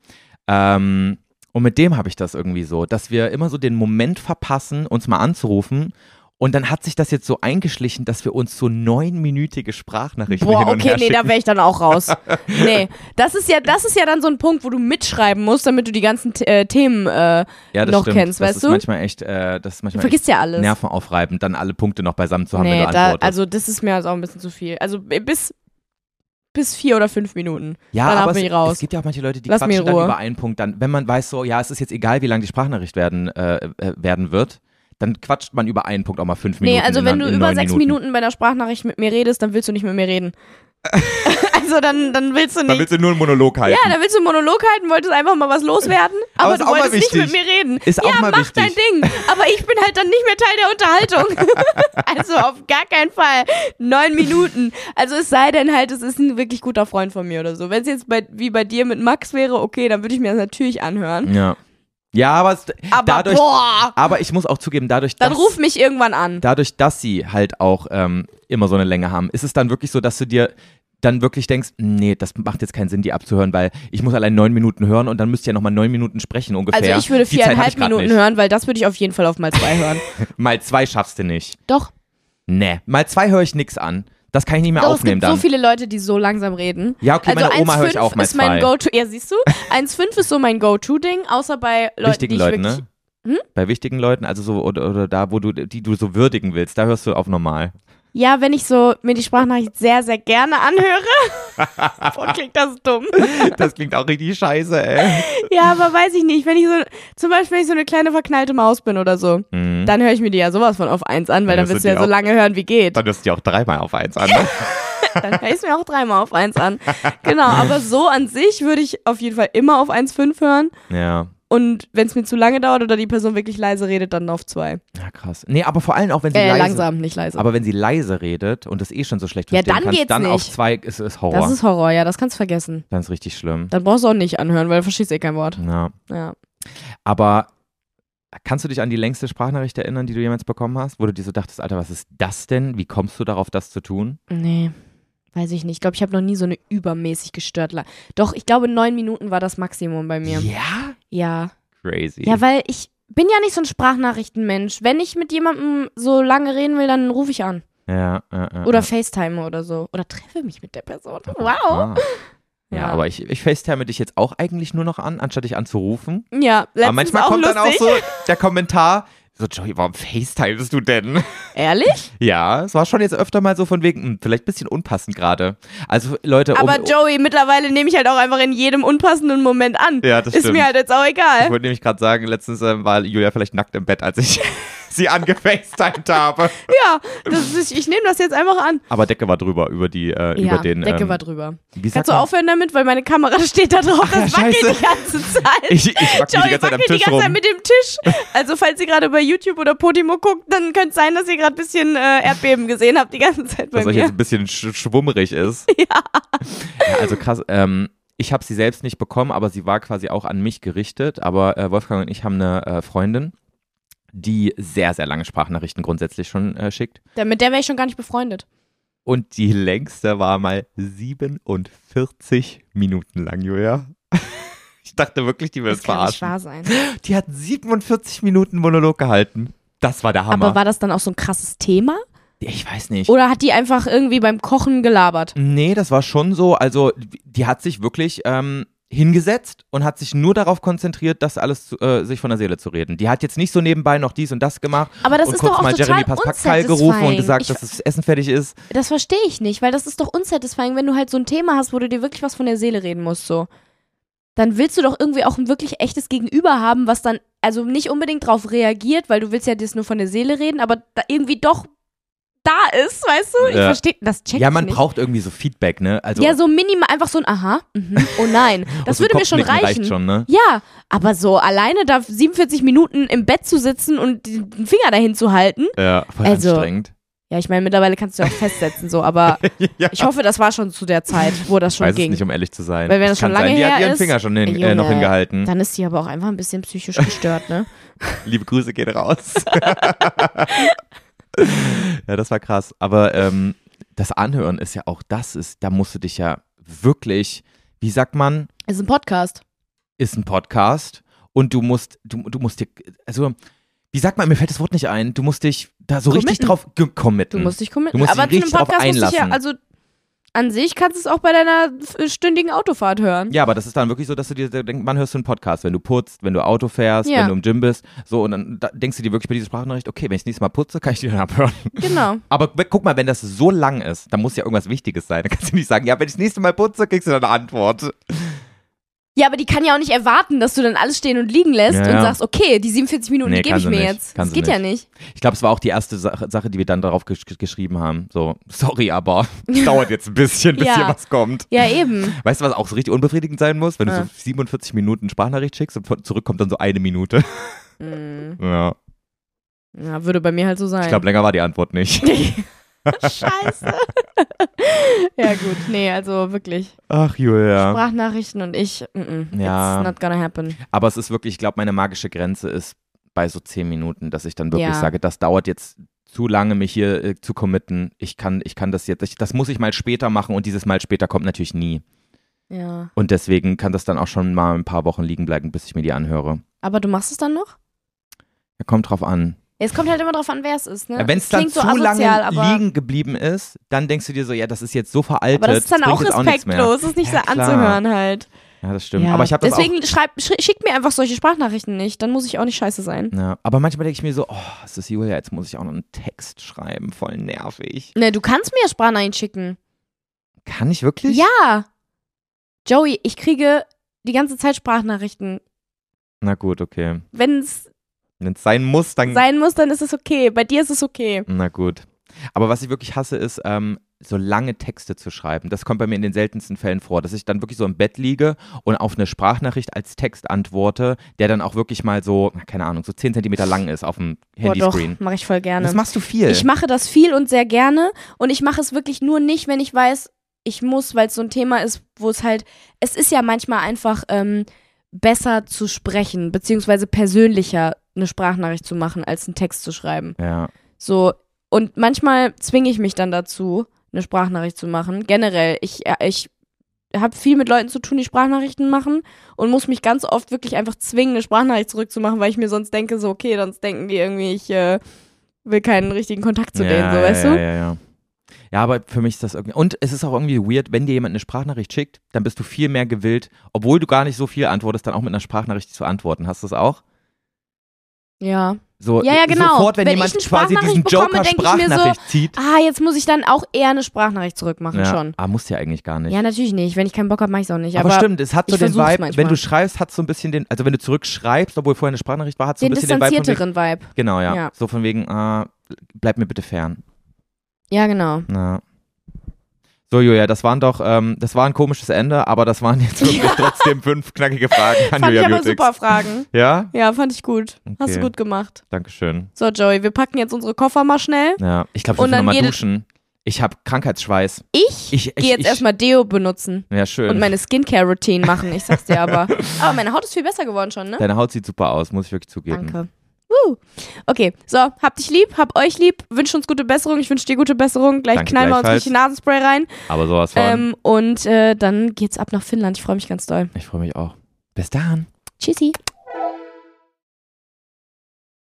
Ähm, und mit dem habe ich das irgendwie so, dass wir immer so den Moment verpassen, uns mal anzurufen. Und dann hat sich das jetzt so eingeschlichen, dass wir uns so neunminütige Sprachnachrichten Boah, hin und okay, her nee, schicken. da wäre ich dann auch raus. Nee, das ist ja, das ist ja dann so ein Punkt, wo du mitschreiben musst, damit du die ganzen äh, Themen äh, ja, das noch stimmt. kennst, das weißt ist du? Manchmal echt, äh, das ist Du manchmal vergisst ja echt alles. nervenaufreibend, dann alle Punkte noch beisammen zu haben, Nee, wenn du da, antwortest. also das ist mir also auch ein bisschen zu viel. Also bis, bis vier oder fünf Minuten. ja, danach aber bin es, ich raus. es gibt ja auch manche Leute, die Lass mich in quatschen dann Ruhe. über einen Punkt. Dann, wenn man weiß so, ja, es ist jetzt egal, wie lang die Sprachnachricht werden, äh, äh, werden wird, dann quatscht man über einen Punkt auch mal fünf Minuten. Nee, also in, wenn du in über neun sechs Minuten. Minuten bei einer Sprachnachricht mit mir redest, dann willst du nicht mit mir reden. Also dann, dann willst du Dann nicht. willst du nur einen Monolog halten. Ja, dann willst du einen Monolog halten, wolltest einfach mal was loswerden, aber, Aber ist du auch mal wolltest nicht wichtig. mit mir reden. Ist ja, auch mal mach wichtig. dein Ding. Aber ich bin halt dann nicht mehr Teil der Unterhaltung. Also auf gar keinen Fall. Neun Minuten. Also es sei denn halt, es ist ein wirklich guter Freund von mir oder so. Wenn es jetzt bei, wie bei dir mit Max wäre, okay, dann würde ich mir das natürlich anhören. Ja. Ja, aber, es, Aber dadurch, boah, aber ich muss auch zugeben, dadurch, dann dass, ruf mich irgendwann an. dadurch, dass sie halt auch ähm, immer so eine Länge haben, ist es dann wirklich so, dass du dir dann wirklich denkst, nee, das macht jetzt keinen Sinn, die abzuhören, weil ich muss allein neun Minuten hören und dann müsst ihr ja nochmal neun Minuten sprechen ungefähr. Also ich würde Die Zeit hab viereinhalb ich grad Minuten nicht. hören, weil das würde ich auf jeden Fall auf mal zwei hören. Mal zwei schaffst du nicht. Doch. Nee, mal zwei höre ich nix an. Das kann ich nicht mehr Doch, es aufnehmen gibt dann. so viele Leute, die so langsam reden. Ja, okay, Also meine Oma höre ich auch mal ist mein zwei. Go-To, ja siehst du, eins Komma fünf ist so mein Go-To-Ding, außer bei Leuten, Wichtigen die ich Leuten, wirklich... ne? Bei wichtigen Leuten, also so, oder, oder da, wo du, die du so würdigen willst, da hörst du auf normal. Ja, wenn ich so mir die Sprachnachricht sehr, sehr gerne anhöre. Boah, klingt das dumm. Das klingt auch richtig scheiße, ey. Ja, aber weiß ich nicht, wenn ich so, zum Beispiel, wenn ich so eine kleine verknallte Maus bin oder so, Mhm. dann höre ich mir die ja sowas von auf eins an, weil Dann dann hörst willst du du ja die so auch- lange hören, wie geht. Dann hörst du die auch dreimal auf eins an. Ne? Dann höre ich es mir auch dreimal auf eins an. Genau, aber so an sich würde ich auf jeden Fall immer auf eins Komma fünf hören. Ja. Und wenn es mir zu lange dauert oder die Person wirklich leise redet, dann auf zwei. Ja, krass. Nee, aber vor allem auch, wenn sie äh, leise... langsam, nicht leise. Aber wenn sie leise redet und das eh schon so schlecht Ja, verstehen dann kannst, geht's dann nicht. auf zwei ist es Horror. Das ist Horror, ja, das kannst du vergessen. Dann ist richtig schlimm. Dann brauchst du auch nicht anhören, weil du verstehst eh kein Wort. Ja. Ja. Aber kannst du dich an die längste Sprachnachricht erinnern, die du jemals bekommen hast? Wo du dir so dachtest, Alter, was ist das denn? Wie kommst du darauf, das zu tun? Nee, weiß ich nicht. Ich glaube, ich habe noch nie so eine übermäßig gestört. La- Doch, ich glaube, neun Minuten war das Maximum bei mir. Ja? Ja. Crazy. Ja, weil ich bin ja nicht so ein Sprachnachrichtenmensch. Wenn ich mit jemandem so lange reden will, dann rufe ich an. Ja, ja, ja. Oder ja. FaceTime oder so. Oder treffe mich mit der Person. Wow. Ah. Ja, Ja. aber ich, ich FaceTime dich jetzt auch eigentlich nur noch an, anstatt dich anzurufen. Ja, letztens Aber manchmal auch kommt lustig. dann auch so der Kommentar, so Joey, warum FaceTimest du denn? Ehrlich? Ja, es war schon jetzt öfter mal so von wegen, hm, vielleicht ein bisschen unpassend gerade. Also Leute, um, Aber Joey, mittlerweile nehme ich halt auch einfach in jedem unpassenden Moment an. Ja, das Ist stimmt. mir halt jetzt auch Ich egal. wollte nämlich gerade sagen, letztens ähm, war Julia vielleicht nackt im Bett, als ich sie angefacetimed habe. Ja, das ist, ich nehme das jetzt einfach an. Aber Decke war drüber, über die, äh, Ja, über den. Decke ähm, war drüber. Wie sagt Kannst du man? aufhören damit, weil meine Kamera steht da drauf. Ach ja, Das wackelt scheiße. die ganze Zeit. Ich, ich wackel die Joey ganze Zeit am wackelt die Tisch ganze rum. Zeit mit dem Tisch. Also falls ihr gerade bei YouTube oder Podimo guckt, dann könnte es sein, dass ihr gerade ein bisschen äh, Erdbeben gesehen habt die ganze Zeit bei Dass euch mir. jetzt ein bisschen sch schwummerig ist. Ja. Ja, also krass. Ähm, ich habe sie selbst nicht bekommen, aber sie war quasi auch an mich gerichtet. Aber äh, Wolfgang und ich haben eine äh, Freundin, die sehr, sehr lange Sprachnachrichten grundsätzlich schon äh, schickt. Da- Mit der wäre ich schon gar nicht befreundet. Und die längste war mal siebenundvierzig Minuten lang, Julia. Ich dachte wirklich, die will Das es kann nicht verarschen. wahr sein. Die hat siebenundvierzig Minuten Monolog gehalten. Das war der Hammer. Aber war das dann auch so ein krasses Thema? Ich weiß nicht. Oder hat die einfach irgendwie beim Kochen gelabert? Nee, das war schon so. Also, die hat sich wirklich ähm, hingesetzt und hat sich nur darauf konzentriert, das alles zu, äh, sich von der Seele zu reden. Die hat jetzt nicht so nebenbei noch dies und das gemacht. Aber das und ist kurz doch auch mal total Jeremy Pascal gerufen und unsatisfying. gesagt, Ich- dass das Essen fertig ist. Das verstehe ich nicht, weil das ist doch unsatisfying, wenn du halt so ein Thema hast, wo du dir wirklich was von der Seele reden musst, so. Dann willst du doch irgendwie auch ein wirklich echtes Gegenüber haben, was dann also nicht unbedingt drauf reagiert, weil du willst ja das nur von der Seele reden, aber da irgendwie doch da ist, weißt du? Ich Ja. verstehe, das check Ja, ich man nicht. braucht irgendwie so Feedback, ne? Also, Ja, so minimal, einfach so ein Aha, mhm, oh nein. Das so würde mir schon Kopfnicken reichen. reicht schon, ne? Ja, aber so alleine da siebenundvierzig Minuten im Bett zu sitzen und den Finger dahin zu halten. Ja, voll Also, anstrengend. Ja, ich meine, mittlerweile kannst du ja auch festsetzen, so, aber Ja. ich hoffe, das war schon zu der Zeit, wo das schon Weiß ging. es nicht, um ehrlich zu sein. Weil wenn das Kann schon lange sein, die her hat ihren ist, Finger schon hin, Ey, äh, Junge, noch hingehalten. Dann ist sie aber auch einfach ein bisschen psychisch gestört, ne? Liebe Grüße gehen raus. Ja, das war krass. Aber ähm, das Anhören ist ja auch, das ist, da musst du dich ja wirklich, wie sagt man, Ist ein Podcast. ist ein Podcast und du musst, du, du musst dir, also, wie sagt man, mir fällt das Wort nicht ein, du musst dich da so richtig Committen. drauf ge- committen. Du musst dich committen. Du musst aber dich zu einem richtig drauf Podcast musst du dich ja, einlassen. also an sich kannst du es auch bei deiner f- stündigen Autofahrt hören. Ja, aber das ist dann wirklich so, dass du dir denkst, wann hörst du einen Podcast? Wenn du putzt, wenn du Auto fährst, Ja. wenn du im Gym bist, so, und dann da denkst du dir wirklich bei dieser Sprachnachricht, okay, wenn ich das nächste Mal putze, kann ich die dann abhören. Genau. Aber guck mal, wenn das so lang ist, dann muss ja irgendwas Wichtiges sein. Dann kannst du nicht sagen, ja, wenn ich das nächste Mal putze, kriegst du dann eine Antwort. Ja, aber die kann ja auch nicht erwarten, dass du dann alles stehen und liegen lässt Ja, und ja. sagst, okay, die siebenundvierzig Minuten, Nee, die gebe kann ich sie mir nicht. jetzt. Kann Das sie geht ja nicht. Ich glaube, es war auch die erste Sache, Sache, die wir dann darauf gesch geschrieben haben. So, sorry, aber es dauert jetzt ein bisschen, bis Ja. hier was kommt. Ja, eben. Weißt du, was auch so richtig unbefriedigend sein muss? Wenn du Ja. so siebenundvierzig Minuten Sprachnachricht schickst und von- zurück kommt dann so eine Minute. Mhm. Ja, Ja, würde bei mir halt so sein. ich glaube, länger war die Antwort nicht. Scheiße. Ja, gut. Nee, also wirklich. Ach, Julia. Sprachnachrichten und ich, mm -mm, Ja. it's not gonna happen. Aber es ist wirklich, ich glaube, meine magische Grenze ist bei so zehn Minuten, dass ich dann wirklich Ja. sage, das dauert jetzt zu lange, mich hier äh, zu committen. Ich kann, ich kann das jetzt, ich, das muss ich mal später machen und dieses Mal später kommt natürlich nie. Ja. Und deswegen kann das dann auch schon mal ein paar Wochen liegen bleiben, bis ich mir die anhöre. Aber du machst es dann noch? Ja, kommt drauf an. Es kommt halt immer drauf an, wer es ist, ne? Ja, Wenn es Es dann klingt zu so asozial, lange aber, liegen geblieben ist, dann denkst du dir so, ja, das ist jetzt so veraltet. aber das ist dann auch bringt jetzt nichts mehr. respektlos, das ist nicht Ja, so klar. anzuhören halt. Ja, das stimmt. Ja. Aber ich habe das auch. Deswegen schreib, sch schickt mir einfach solche Sprachnachrichten nicht, dann muss ich auch nicht scheiße sein. Ja, aber manchmal denke ich mir so, oh, es ist Julia, jetzt muss ich auch noch einen Text schreiben, voll nervig. Ne, du kannst mir ja Sprachnachrichten schicken. Kann ich wirklich? Ja. Joey, ich kriege die ganze Zeit Sprachnachrichten. Na gut, okay. Wenn es Wenn es sein muss, dann. sein muss, dann ist es okay. Bei dir ist es okay. Na gut. Aber was ich wirklich hasse, ist, ähm, so lange Texte zu schreiben. Das kommt bei mir in den seltensten Fällen vor, dass ich dann wirklich so im Bett liege und auf eine Sprachnachricht als Text antworte, der dann auch wirklich mal so, keine Ahnung, so zehn Zentimeter lang ist auf dem Handyscreen. Boah, doch, mache ich voll gerne. Das machst du viel. Ich mache das viel und sehr gerne und ich mache es wirklich nur nicht, wenn ich weiß, ich muss, weil es so ein Thema ist, wo es halt, es ist ja manchmal einfach ähm, besser zu sprechen, beziehungsweise persönlicher eine Sprachnachricht zu machen, als einen Text zu schreiben. Ja. So, und manchmal zwinge ich mich dann dazu, eine Sprachnachricht zu machen. Generell, ich, ich habe viel mit Leuten zu tun, die Sprachnachrichten machen und muss mich ganz oft wirklich einfach zwingen, eine Sprachnachricht zurückzumachen, weil ich mir sonst denke, so, okay, sonst denken die irgendwie, ich äh, will keinen richtigen Kontakt zu ja, denen, so, ja, weißt ja, du? Ja, ja, ja. Ja, aber für mich ist das irgendwie, und es ist auch irgendwie weird, wenn dir jemand eine Sprachnachricht schickt, dann bist du viel mehr gewillt, obwohl du gar nicht so viel antwortest, dann auch mit einer Sprachnachricht zu antworten. Hast du das auch? Ja. So, ja, ja, genau. Sofort, wenn, wenn jemand ich eine quasi diesen bekomme, Joker-Sprachnachricht so, zieht. Ah, jetzt muss ich dann auch eher eine Sprachnachricht zurückmachen Ja, schon. aber musst ja eigentlich gar nicht. Ja, natürlich nicht. Wenn ich keinen Bock habe, mache ich es auch nicht. Aber, aber stimmt, es hat so ich den Vibe, manchmal. wenn du schreibst, hat so ein bisschen den, also wenn du zurückschreibst, obwohl vorher eine Sprachnachricht war, hat so ein den bisschen den Vibe von wegen, distanzierteren Vibe. Genau, ja. Ja. So von wegen, äh, bleib mir bitte fern. Ja, genau. Na. So, Julia, das waren doch, ähm, das war ein komisches Ende, aber das waren jetzt wirklich Ja. trotzdem fünf knackige Fragen an Fand Julia ich aber Beautix. super Fragen. Ja? Ja, fand ich gut. Hast du Okay. gut gemacht. Dankeschön. So, Joey, wir packen jetzt unsere Koffer mal schnell. Ja, ich glaube, ich Und muss dann nochmal jede- duschen. Ich habe Krankheitsschweiß. Ich, Ich, ich gehe jetzt ich, erstmal Deo benutzen Ja, schön. und meine Skincare-Routine machen. Ich sag's dir aber. Aber meine Haut ist viel besser geworden schon, ne? Deine Haut sieht super aus, muss ich wirklich zugeben. Danke. Woo. Okay, so, hab dich lieb, hab euch lieb, wünsch uns gute Besserung, ich wünsche dir gute Besserung. Gleich Danke, knallen wir uns gleichfalls. richtig Nasenspray rein. Aber sowas von. Ähm, und äh, dann geht's ab nach Finnland. Ich freue mich ganz doll. Ich freue mich auch. Bis dann. Tschüssi.